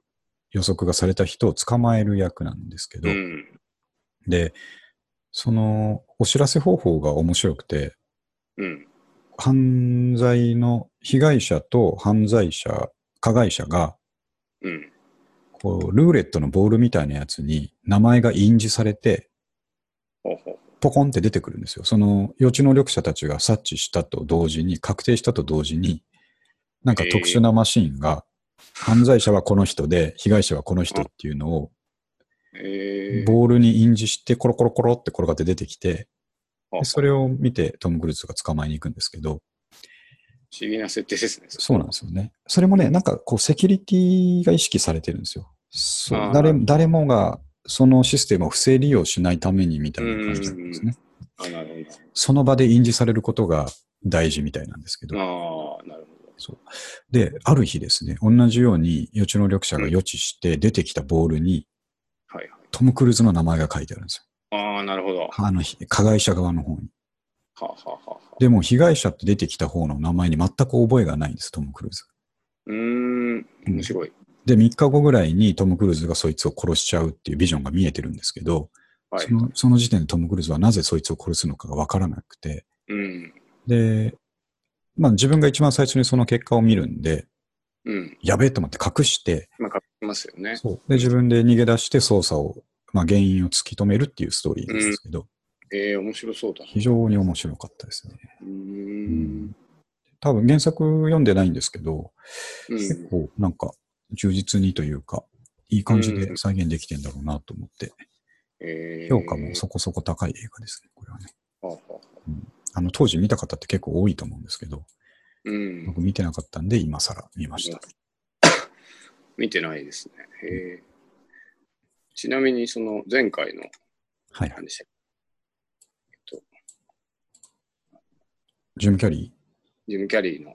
予測がされた人を捕まえる役なんですけど、 うん、 で、そのお知らせ方法が面白くて、 うん、 犯罪の被害者と犯罪者、加害者が、 うん、 こう、ルーレットのボールみたいなやつに名前が印字されて、 ほうほうポコンって出てくるんですよ。その予知能力者たちが察知したと同時に、確定したと同時に、なんか特殊なマシーンが、犯罪者はこの人で、被害者はこの人っていうのを、 えー、 ボールに印字して、コロコロコロって転がって出てきて、 ははでそれを見てトム・クルーズが捕まえに行くんですけど、 不思議な設定ですね。 そうなんですよね。それもね、なんかこう、セキュリティが意識されてるんですよ。そう誰誰もがそのシステムを不正利用しないためにみたいな感じなんですね。 あ、なるほど。 その場で印字されることが大事みたいなんですけど。 ああ、なるほど。 そうで、ある日ですね、同じように予知能力者が予知して出てきたボールに、 はいはい。 トム・クルーズの名前が書いてあるんですよ。 ああ、なるほど。 あの、加害者側の方に。 はあ、はあはあはあ、 でも、被害者って出てきた方の名前に全く覚えがないんです、トム・クルーズ。 うーん、面白い。うん、 で、みっかごぐらいにトム・クルーズがそいつを殺しちゃうっていうビジョンが見えてるんですけど、はい、そのその時点でトム・クルーズはなぜそいつを殺すのかがわからなくて、 うん、 で、まあ自分が一番最初にその結果を見るんで、 うん、 やべえと思って隠して、 まあ、隠しますよね。 そうで、自分で逃げ出して捜査を、まあ原因を突き止めるっていうストーリーなんですけど、 うん、ええー、面白そうだ。 非常に面白かったですね。 うーん、うん、 多分原作読んでないんですけど、 うん、 結構なんか充実にというか、いい感じで再現できてんだろうなと思って、うん、えー、評価もそこそこ高い映画ですね、これはね。はあはあうん、あの当時見た方って結構多いと思うんですけど、うん、僕見てなかったんで今更見ました。 見てないですね。へえ。ちなみにその前回の、 はい、 何でしたっけ、えっと、ジム・キャリージム・キャリーの、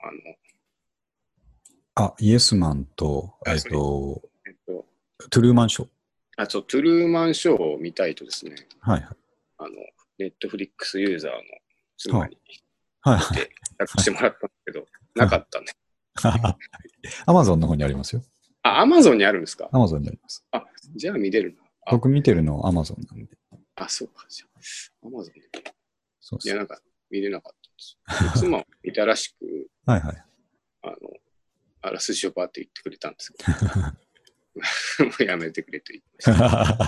あの、あ、イエスマンと、えっと、えっと、トゥルーマンショー。 あ、そう、トゥルーマンショーを見たいとですね、 はいはい。 あの、ネットフリックスユーザーの妻にはいはい。 託してもらったんですけど、はい、なかったね。 アマゾンの方にありますよ。 あ、アマゾンにあるんですか？ アマゾンにあります。 あ、じゃあ見れるな。 僕見てるのはアマゾンなんで。 あ、そうか。じゃあ、アマゾンで。 そうそう。 いや、なんか見れなかったんです。妻を見たらしく、 はいはい。 あの、あらすじをバーって言ってくれたんですけど、もうやめてくれと言ってました。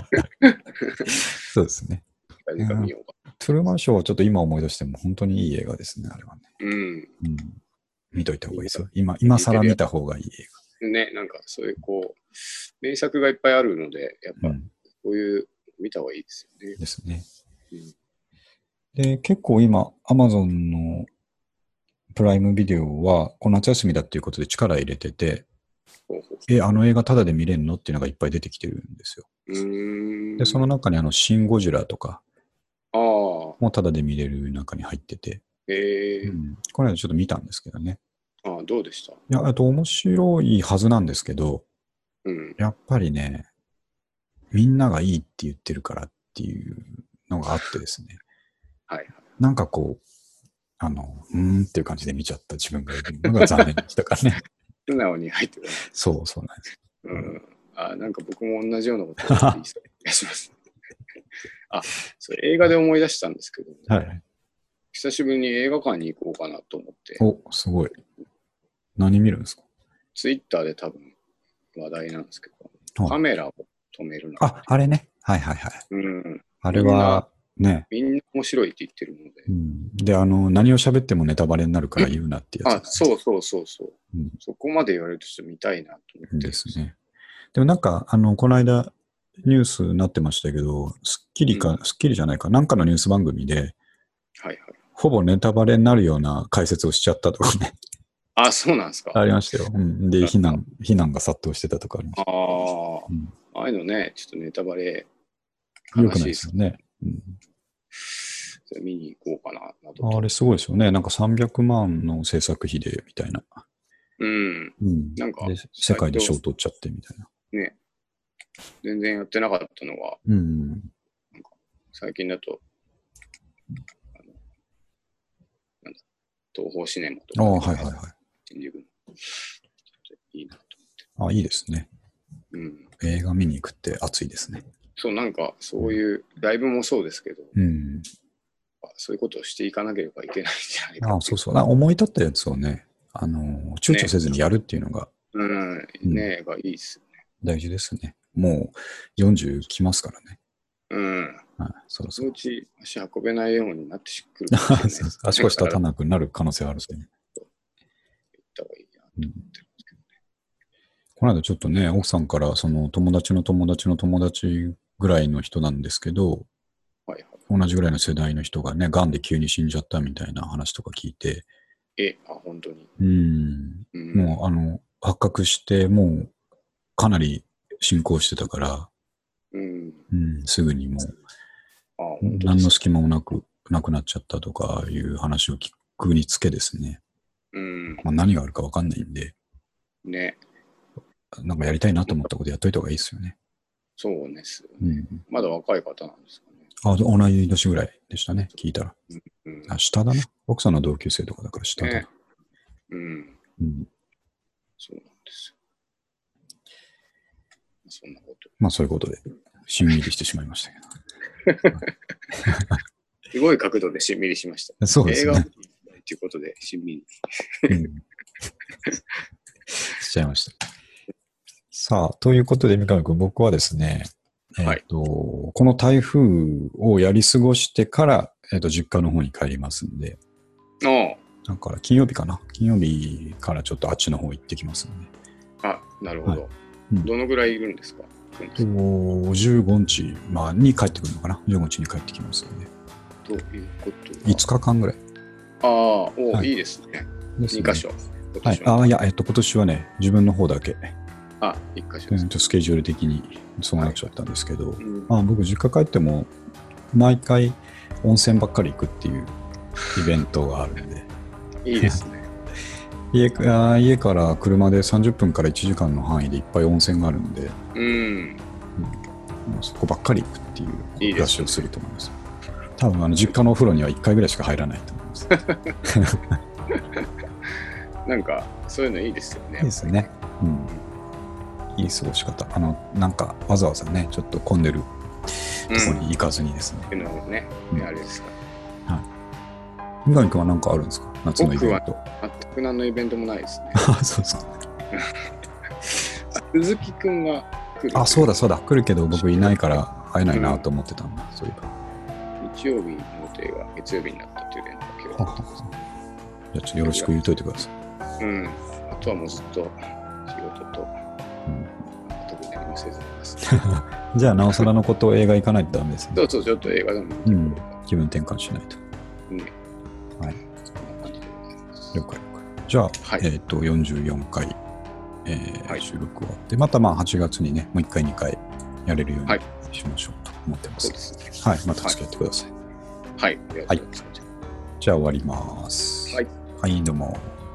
そうですね。 何か見ようか。 トゥルーマンショーはちょっと今思い出しても本当にいい映画ですね、あれはね。 うん。うん、 見といた方がいいですよ。今、今更見た方がいい映画。ね、なんかそういうこう、名作がいっぱいあるので、やっぱ、こういう見た方がいいですよね。 うん、ですね。うん、で、結構今、アマゾンのプライムビデオは、この夏休みだっていうことで力入れてて、ほうほうえ、あの映画タダで見れるのっていうのがいっぱい出てきてるんですよ。うーんで、その中にあの、シン・ゴジラとか、あもタダで見れる中に入ってて、えーうん、この間ちょっと見たんですけどね。 ああ、どうでした？いや、あと面白いはずなんですけど、うん、やっぱりね、みんながいいって言ってるからっていうのがあってですね。はいはい。なんかこう、あの、うーんっていう感じで見ちゃった自分がいるのが残念でしたからね。 素直に入ってる。 そう、そうなんです。 うん。あ、なんか僕も同じようなことを言いそうな気がします。あ、それ映画で思い出したんですけど、ね、はい。久しぶりに映画館に行こうかなと思って。 お、すごい。何見るんですか？ ツイッターで多分話題なんですけど、はい、カメラを止めるの。 あ、あれね。はいはいはい。うん。あれは、ね。 みんな面白いって言ってるので。 うん、で、あの、何を喋ってもネタバレになるから言うなってやつ、ね。 あ、そうそうそうそう、うん。そこまで言われるとちょっと見たいなと思ってですね。でもなんか、あの、この間、ニュースになってましたけど、スッキリか、うん、スッキリじゃないか、なんかのニュース番組で、はいはい。ほぼネタバレになるような解説をしちゃったとかね。 あ、そうなんですか。 ありましたよ。うん、で、非難、非難が殺到してたとかありました。 ああ、うん、ああいうのね、ちょっとネタバレ、 よくないですよね。うん、 見に行こうかななど。 あれすごいですよね。なんかさんびゃくまんの制作費でみたいな。 うん。うん、なんか世界で賞取っちゃってみたいな。 ね。全然やってなかったのが、うん、なんか最近だと、あのなんだ東宝シネマとか、 ああ、はいはいはい。 新宿のいいなと思って。ああ、いいですね。 うん、 映画見に行くって熱いですね。 そう、なんかそういうライブもそうですけど、 うん、 そういうことをしていかなければいけないんじゃないか。 ああ、そうそう。思い立ったやつをね、あの、躊躇せずにやるっていうのが、 ね、うん、ねえがいいですよね。 大事ですね。もうよんじゅう来ますからね。 うん。 はい、そろそろ。 そのうち足運べないようになってくるかもしれない。足腰立たなくなる可能性あるんですね。 行った方がいいなと思ってるんですけどね。 この間ちょっとね、奥さんからその友達の友達の友達ぐらいの人なんですけど、 はいはい、 同じぐらいの世代の人がね、癌で急に死んじゃったみたいな話とか聞いて、 え、あ、本当に。 うん、 うん、 もうあの、発覚してもうかなり進行してたから、 うん、 うん、すぐにもう、 あ、本当何の隙間もなくなくなっちゃったとかいう話を聞くにつけですね、 うん、 まあ、何があるか分かんないんで、 ね。 なんかやりたいなと思ったことやっといた方がいいですよね。 そうですよね。 ね、うん。まだ若い方なんですかね。 あ、同い年ぐらいでしたね、聞いたら。 うん、 あ、下だな。奥さんの同級生とかだから下だな。 ね、うん。 うん。 そうなんですよ。そんなこと。 まあそういうことで、しんみりしてしまいましたけど。 すごい角度でしんみりしました。 そうですね。 映画ということでしんみり。うん、 しちゃいました。さあ、ということで、三上君、僕はですね、えーとはい、この台風をやり過ごしてから、えーと、実家の方に帰りますんで、だから金曜日かな。金曜日からちょっとあっちの方行ってきますんで。 あ、なるほど。はい、うん、どのぐらいいるんですか？ じゅうごにち、まあ、に帰ってくるのかな。じゅうごにちに帰ってきますんで。 どういうこといつかかんぐらい。 ああ、お、はい、いいですね。ですね。に箇所。 はい。ああ、いや、えっと、今年はね、自分の方だけ。 あ、いっ箇所です、ね。 スケジュール的にそうなっちゃったんですけど、はい、まあ、僕、実家帰っても、毎回温泉ばっかり行くっていうイベントがあるんで。 いいですね。 家, あ家から車でさんじゅっぷんからいちじかんの範囲でいっぱい温泉があるんで、 うん、 もうそこばっかり行くっていう暮らしをすると思います。いいですね、多分あの実家のお風呂にはいっかいぐらいしか入らないと思います。 なんかそういうのいいですよね。 いいですね。うん。いい過ごし方。あのなんかわざわざねちょっと混んでるところに行かずにですね。 うん、のね、うん、あれですか。 はい。三上君は何かあるんですか？夏のイベント。 全く何のイベントもないですね。 あ、そうですか。 鈴木くんが来る。 あ、そうだそうだ。来るけど僕いないから会えないなと思ってたんだ。うん、そういえば。 日曜日の予定が月曜日になったという連絡を。 はははじゃあちょっとよろしく言うといてください。うん。あとはもうずっと仕事と、うん、特に何もせずにいます。 じゃあなおさらのことを映画行かないとダメですね。 そうそう、ちょっと映画でも、 うん、気分転換しないと。 ね。 はい。了解了解。じゃあ、はい、えっ、ー、と、よんじゅうよんかい、えーはい、収録終わって、またまあはちがつにね、もういっかい、にかいやれるようにしましょうと思ってます。 はい、そうですね。 はい、また付き合ってください。 はい。 はい。じゃあ終わります。 はい。 はい、どうも。